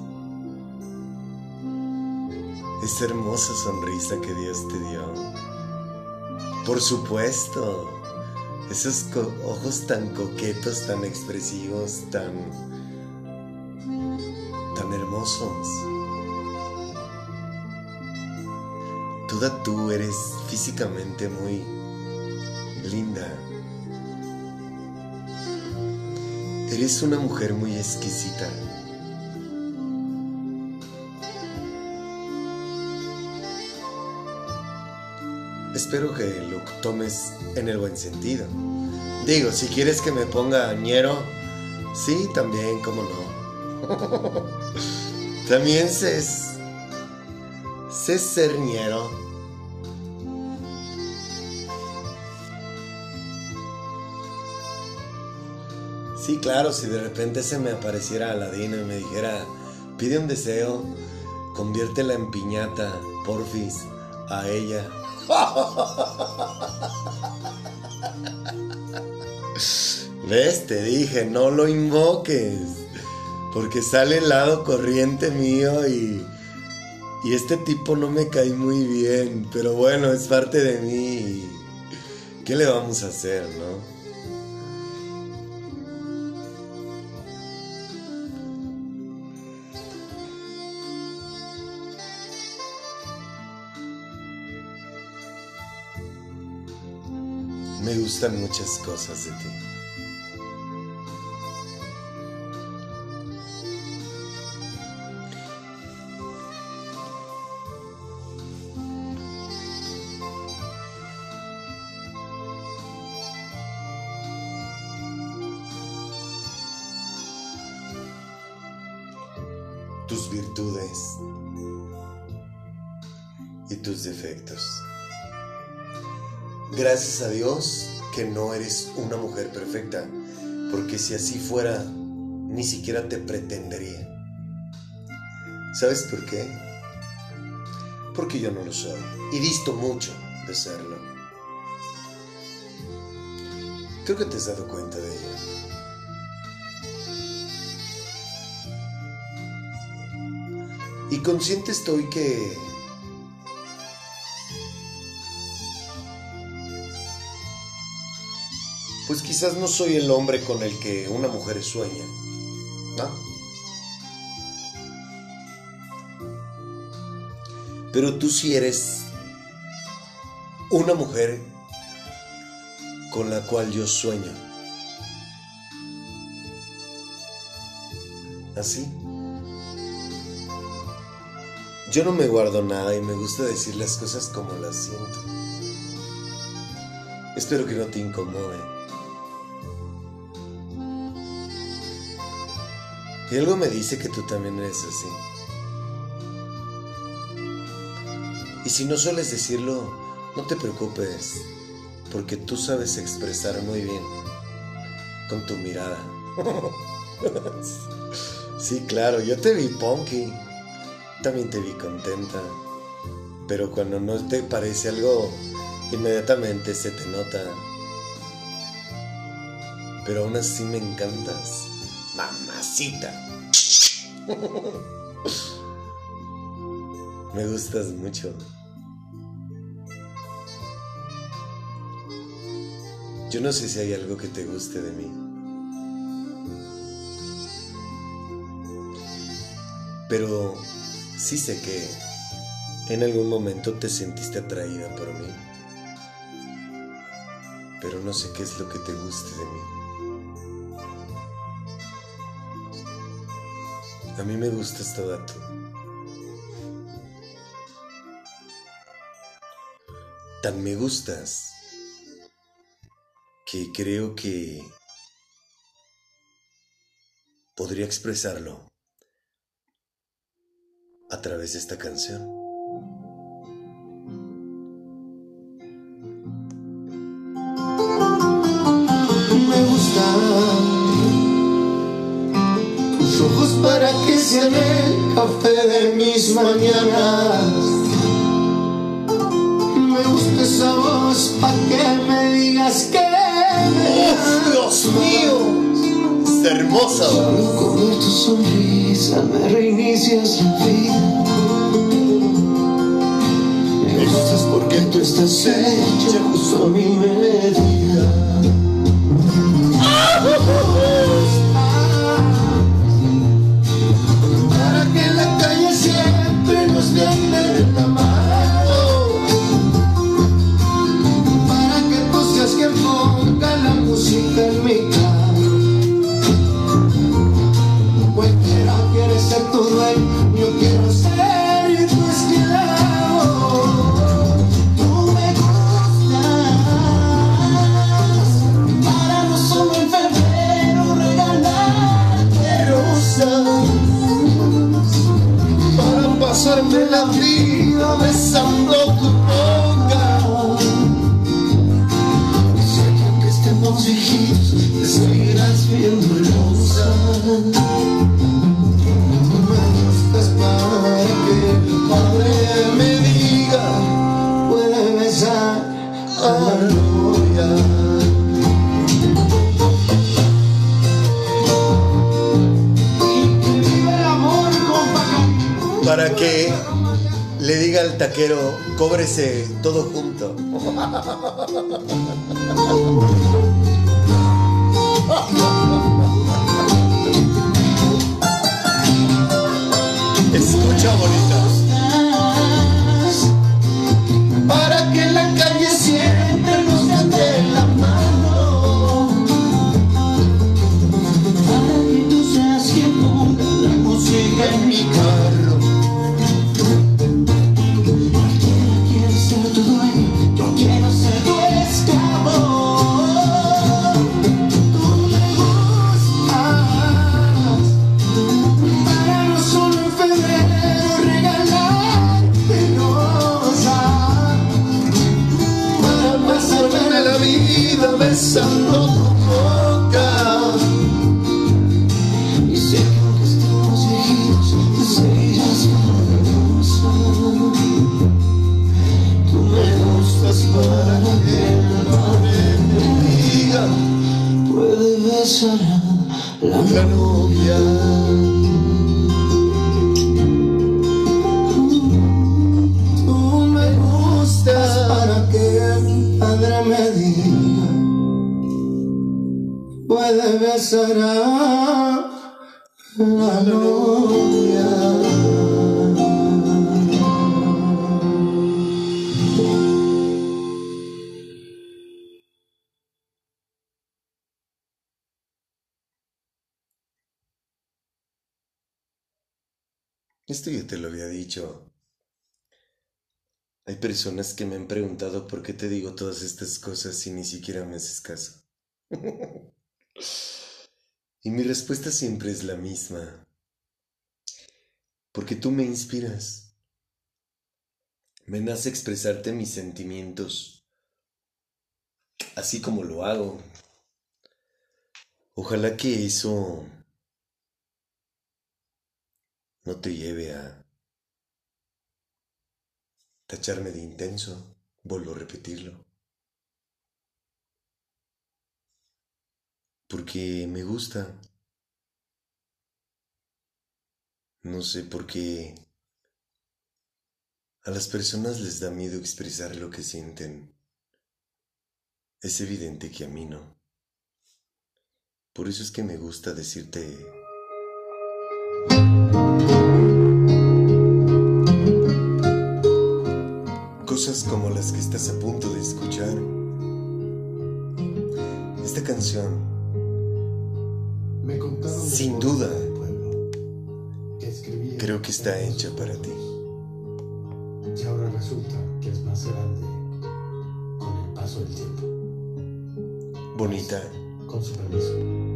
esa hermosa sonrisa que Dios te dio. Por supuesto, esos ojos tan coquetos, tan expresivos, tan hermosos. Toda tú eres físicamente muy linda. Eres una mujer muy exquisita. Espero que lo tomes en el buen sentido. Digo, si quieres que me ponga ñero, sí, también, cómo no. También sé ser ñero. Sí, claro, si de repente se me apareciera Aladino y me dijera, pide un deseo, Conviértela en piñata, porfis, a ella. ¿Ves? Te dije, no lo invoques. Porque sale el lado corriente mío y este tipo no me cae muy bien. Pero bueno, es parte de mí. ¿Qué le vamos a hacer, no? Me gustan muchas cosas de ti. Tus virtudes y tus defectos. Gracias a Dios que no eres una mujer perfecta, porque si así fuera, ni siquiera te pretendería. ¿Sabes por qué? Porque yo no lo soy, y disto mucho de serlo. Creo que te has dado cuenta de ello. Y consciente estoy que pues quizás no soy el hombre con el que una mujer sueña, ¿no? Pero tú sí eres una mujer con la cual yo sueño. ¿Así? Yo no me guardo nada y me gusta decir las cosas como las siento. Espero que no te incomode. Y algo me dice que tú también eres así. Y si no sueles decirlo, no te preocupes, porque tú sabes expresar muy bien con tu mirada. Sí, claro, yo te vi punky, también te vi contenta, pero cuando no te parece algo, inmediatamente se te nota. Pero aún así me encantas, mamacita. Me gustas mucho. Yo no sé si hay algo que te guste de mí, pero sí sé que en algún momento te sentiste atraída por mí, pero no sé qué es lo que te guste de mí. A mí me gustas toda tú. Tan me gustas que creo que podría expresarlo a través de esta canción. Me gustan tus ojos para que sean el café de mis mañanas. Me gusta esa voz para que me digas que Dios mío, es hermosa. Solo con ver tu sonrisa me reinicias la vida. Me gustas porque tú estás hecha justo a mi medida. Para que en la calle siempre nos den de la mano. Para que tú seas quien ponga la música en mi carro. Cualquiera quiere ser tu dueño, yo quiero ser tu esclavo. Tú me gustas. Aleluya. Para que le diga al taquero, cóbrese todo junto. Escucha, bonita. Para que en la calle siempre nos den de la mano. Para que tú seas quien ponga la música en mi carro. Quiero ser tu dueño, yo quiero ser tu esclavo. Tú me gustas. Para no solo en febrero regalarte rosas. Para pasarme la vida besando tu boca. Y sé que aunque estemos viejitos, te seguirás hermosa. Tú me gustas para que el padre me diga, puede besar a la novia. Tú me gustas para que mi padre me diga, puede besar a la novia. Esto yo te lo había dicho. Hay personas que me han preguntado por qué te digo todas estas cosas y ni siquiera me haces caso. Y mi respuesta siempre es la misma. Porque tú me inspiras. Me nace expresarte mis sentimientos, así como lo hago. Ojalá que eso no te lleve a tacharme de intenso. Vuelvo a repetirlo. Porque me gusta. No sé por qué a las personas les da miedo expresar lo que sienten. Es evidente que a mí no. Por eso es que me gusta decirte cosas como las que estás a punto de escuchar. Esta canción, sin duda, creo que está hecha para ti. Y ahora resulta que es más grande con el paso del tiempo. Bonita. Con su permiso.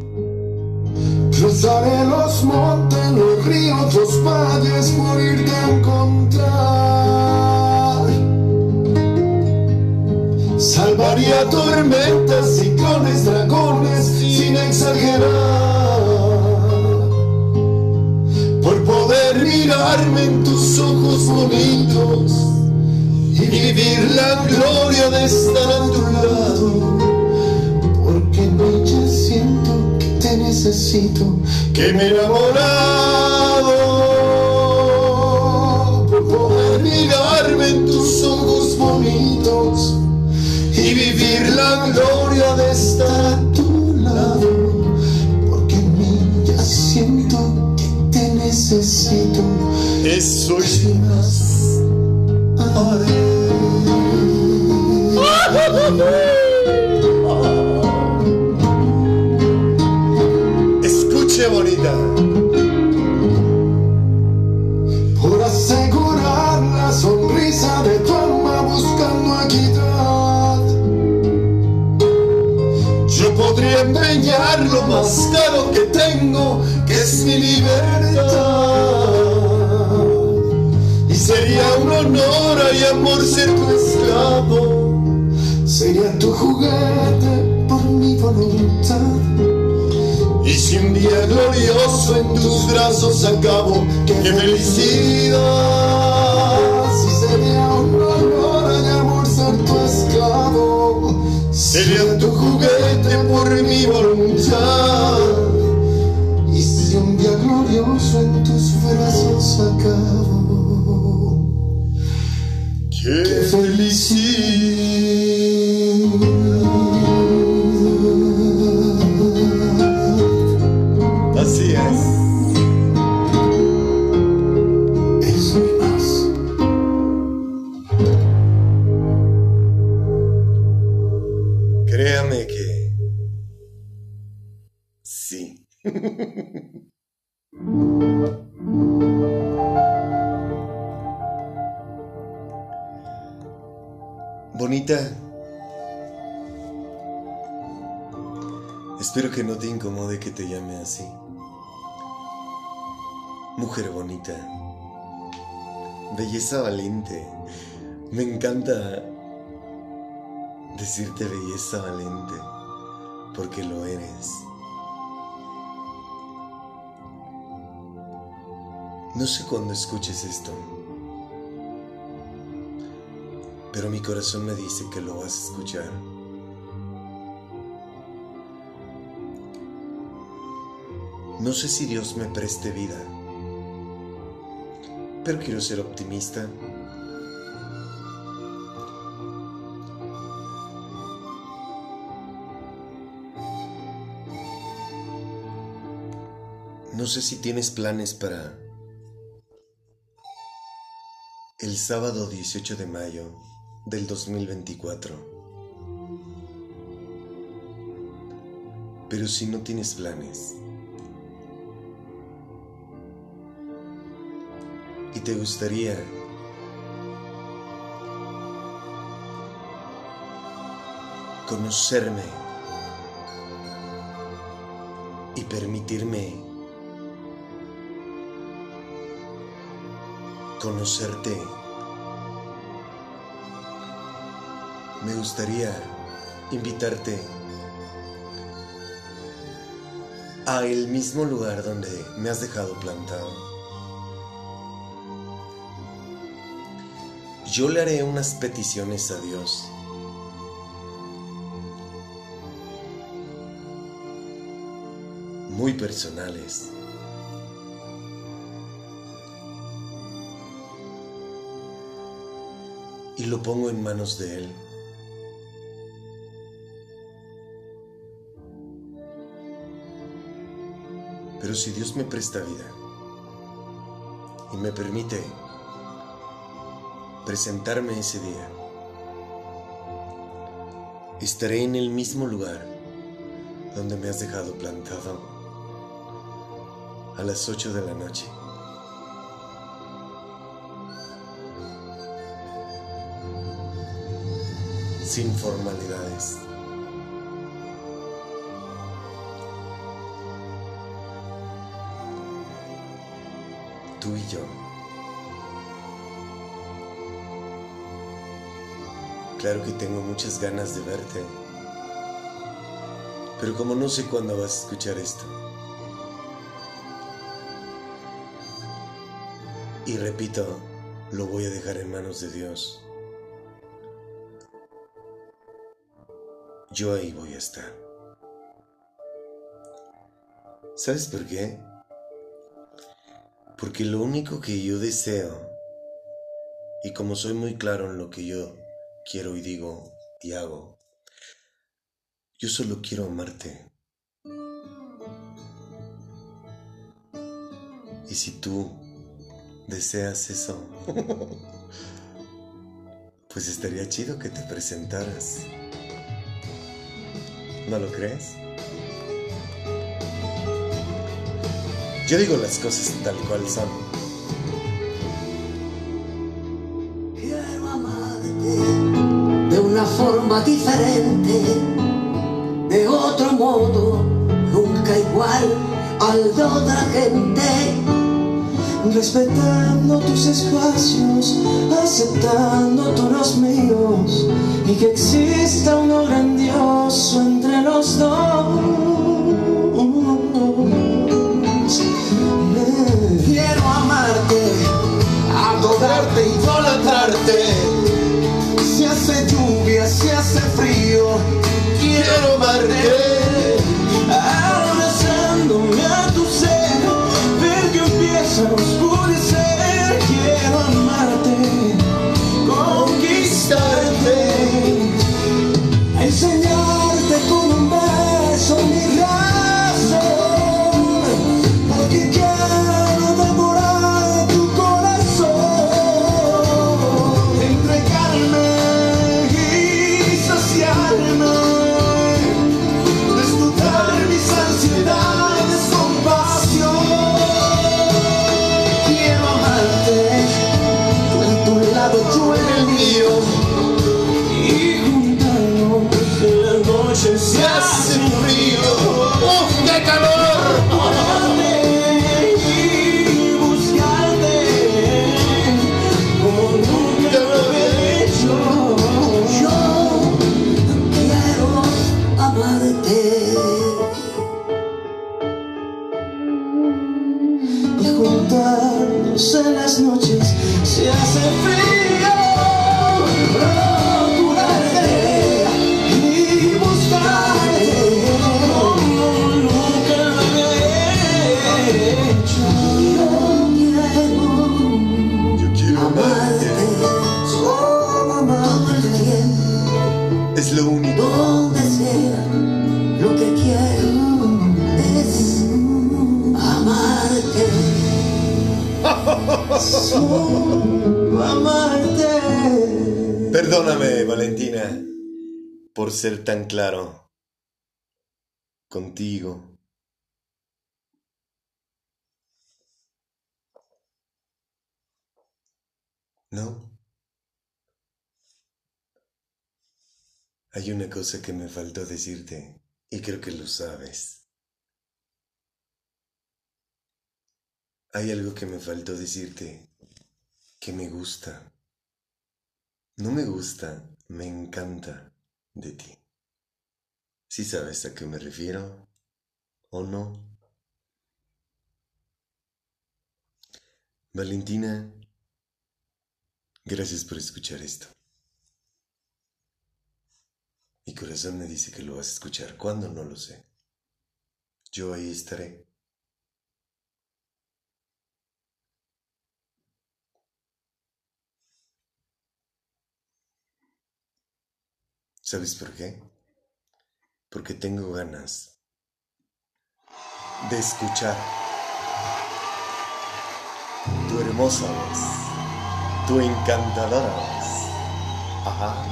Cruzaré los montes, los ríos, los valles por irte a encontrar. Salvaría tormentas, ciclones, dragones, sin exagerar. Por poder mirarme en tus ojos bonitos y vivir la gloria de estar a tu lado. Porque en ella siento que te necesito, que me he enamorado. Por poder mirarme en tus ojos bonitos y vivir la gloria de estar a tu lado. Porque en mí ya siento que te necesito. Eso y más haré. Escuche, bonita. Por asegurar la sonrisa de tu alma buscando equidad, yo podría empeñar lo más caro que tengo, que es mi libertad. Y sería un honor y amor ser tu esclavo. Sería tu juguete por mi voluntad. Y si un día glorioso en tus brazos acabo, ¡qué felicidad! Si sería un honor y amor ser tu esclavo. sería tu juguete por mi voluntad. Y si un día glorioso en tus brazos acabo, ¡qué felicidad! Así es. Eso y más. Créame que sí. Bonita, espero que no te incomode que te llame así. Mujer bonita, belleza valiente. Me encanta decirte belleza valiente, porque lo eres. No sé cuándo escuches esto, pero mi corazón me dice que lo vas a escuchar. No sé si Dios me preste vida, pero quiero ser optimista. No sé si tienes planes para el sábado 18 de mayo del 2024. Pero si no tienes planes y te gustaría conocerme y permitirme conocerte, me gustaría invitarte a el mismo lugar donde me has dejado plantado. Yo le haré unas peticiones a Dios. Muy personales. Y lo pongo en manos de Él. Pero si Dios me presta vida y me permite presentarme ese día, estaré en el mismo lugar donde me has dejado plantado a las 8 de la noche. Sin formalidades. Tú y yo. Claro que tengo muchas ganas de verte, pero como no sé cuándo vas a escuchar esto, y repito, lo voy a dejar en manos de Dios. Yo ahí voy a estar. ¿Sabes por qué? Porque lo único que yo deseo, y como soy muy claro en lo que yo quiero y digo y hago, yo solo quiero amarte. Y si tú deseas eso, pues estaría chido que te presentaras. ¿No lo crees? Yo digo las cosas tal cual son. Quiero amarte de una forma diferente, de otro modo, nunca igual al de otra gente, respetando tus espacios, aceptando tú los míos, y que exista uno grandioso entre los dos. Quiero amarte, adorarte, idolatrarte. Si hace lluvia, si hace frío, amarte. Abrazándome a tu ser, ver que empieza a oscurecer. Quiero amarte, conquistarte, enseñarte con un beso mi razón, porque quiero devorar tu corazón, entregarme y saciarme, desnudar mis ansiedades con pasión. Quiero amarte, tú en tu lado, yo en el mío, y juntarnos en la noche se hace frío. ¡Uf, qué calor! Amarte y buscarte como nunca lo había hecho. Yo quiero amarte y juntarnos en las noches se hace frío. Procurarte y buscarte como nunca lo había hecho. Yo quiero amarte. Solo amarte. Es lo único. Donde sea, lo que quiero es amarte. Solo amarte. Perdóname, Valentina, por ser tan claro contigo. ¿No? Hay una cosa que me faltó decirte y creo que lo sabes. Hay algo que me faltó decirte que me gusta. No me gusta, me encanta de ti. ¿Sí sabes a qué me refiero o no? Valentina, gracias por escuchar esto. Mi corazón me dice que lo vas a escuchar. ¿Cuándo? No lo sé. Yo ahí estaré. ¿Sabes por qué? Porque tengo ganas de escuchar tu hermosa voz, tu encantadora voz. Ajá.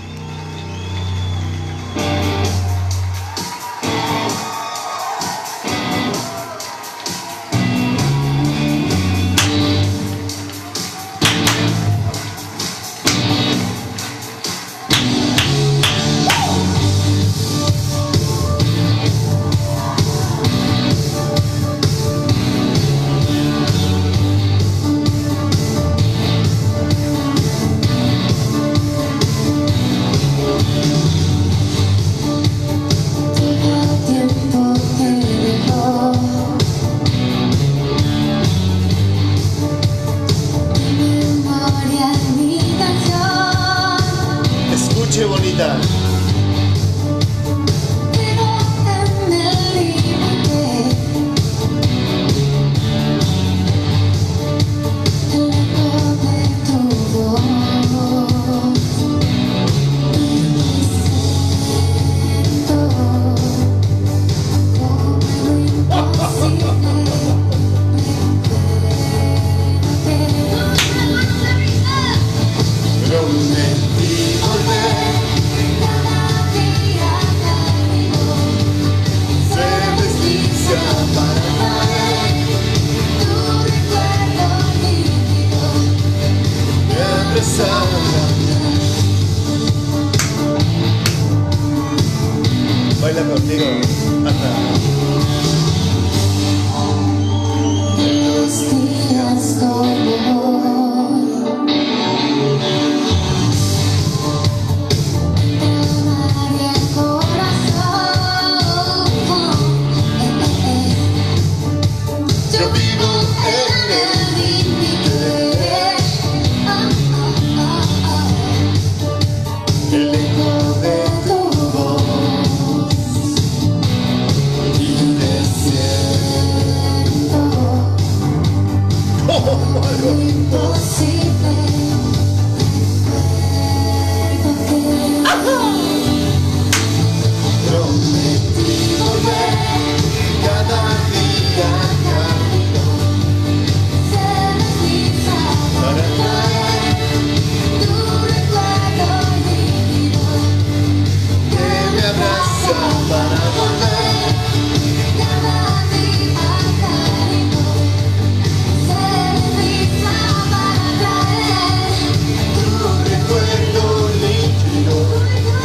Escuche, bonita. Baila contigo, anda. Los días como hoy, te el corazón. Yo vivo en el límite. El eco de tu voz. imposible. Prometí volver cada día camino Se desliza para traer tu recuerdo líquido que me abraza para volver. cada día cálido. Se desliza para traer Tu recuerdo líquido.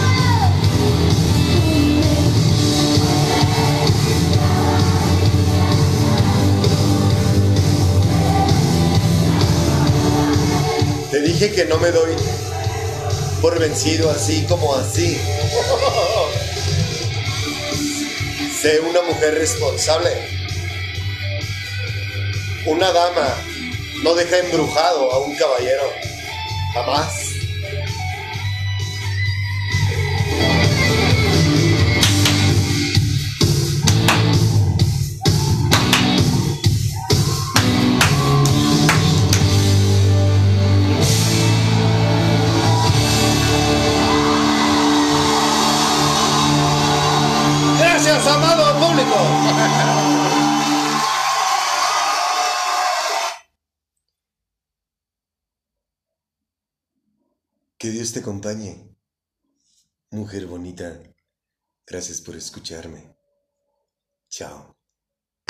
Te dije que no me doy por vencido así como así. Sé una mujer responsable. Una dama no deja embrujado a un caballero. Jamás. Gracias, amado público. Que Dios te acompañe, mujer bonita. Gracias por escucharme. Chao.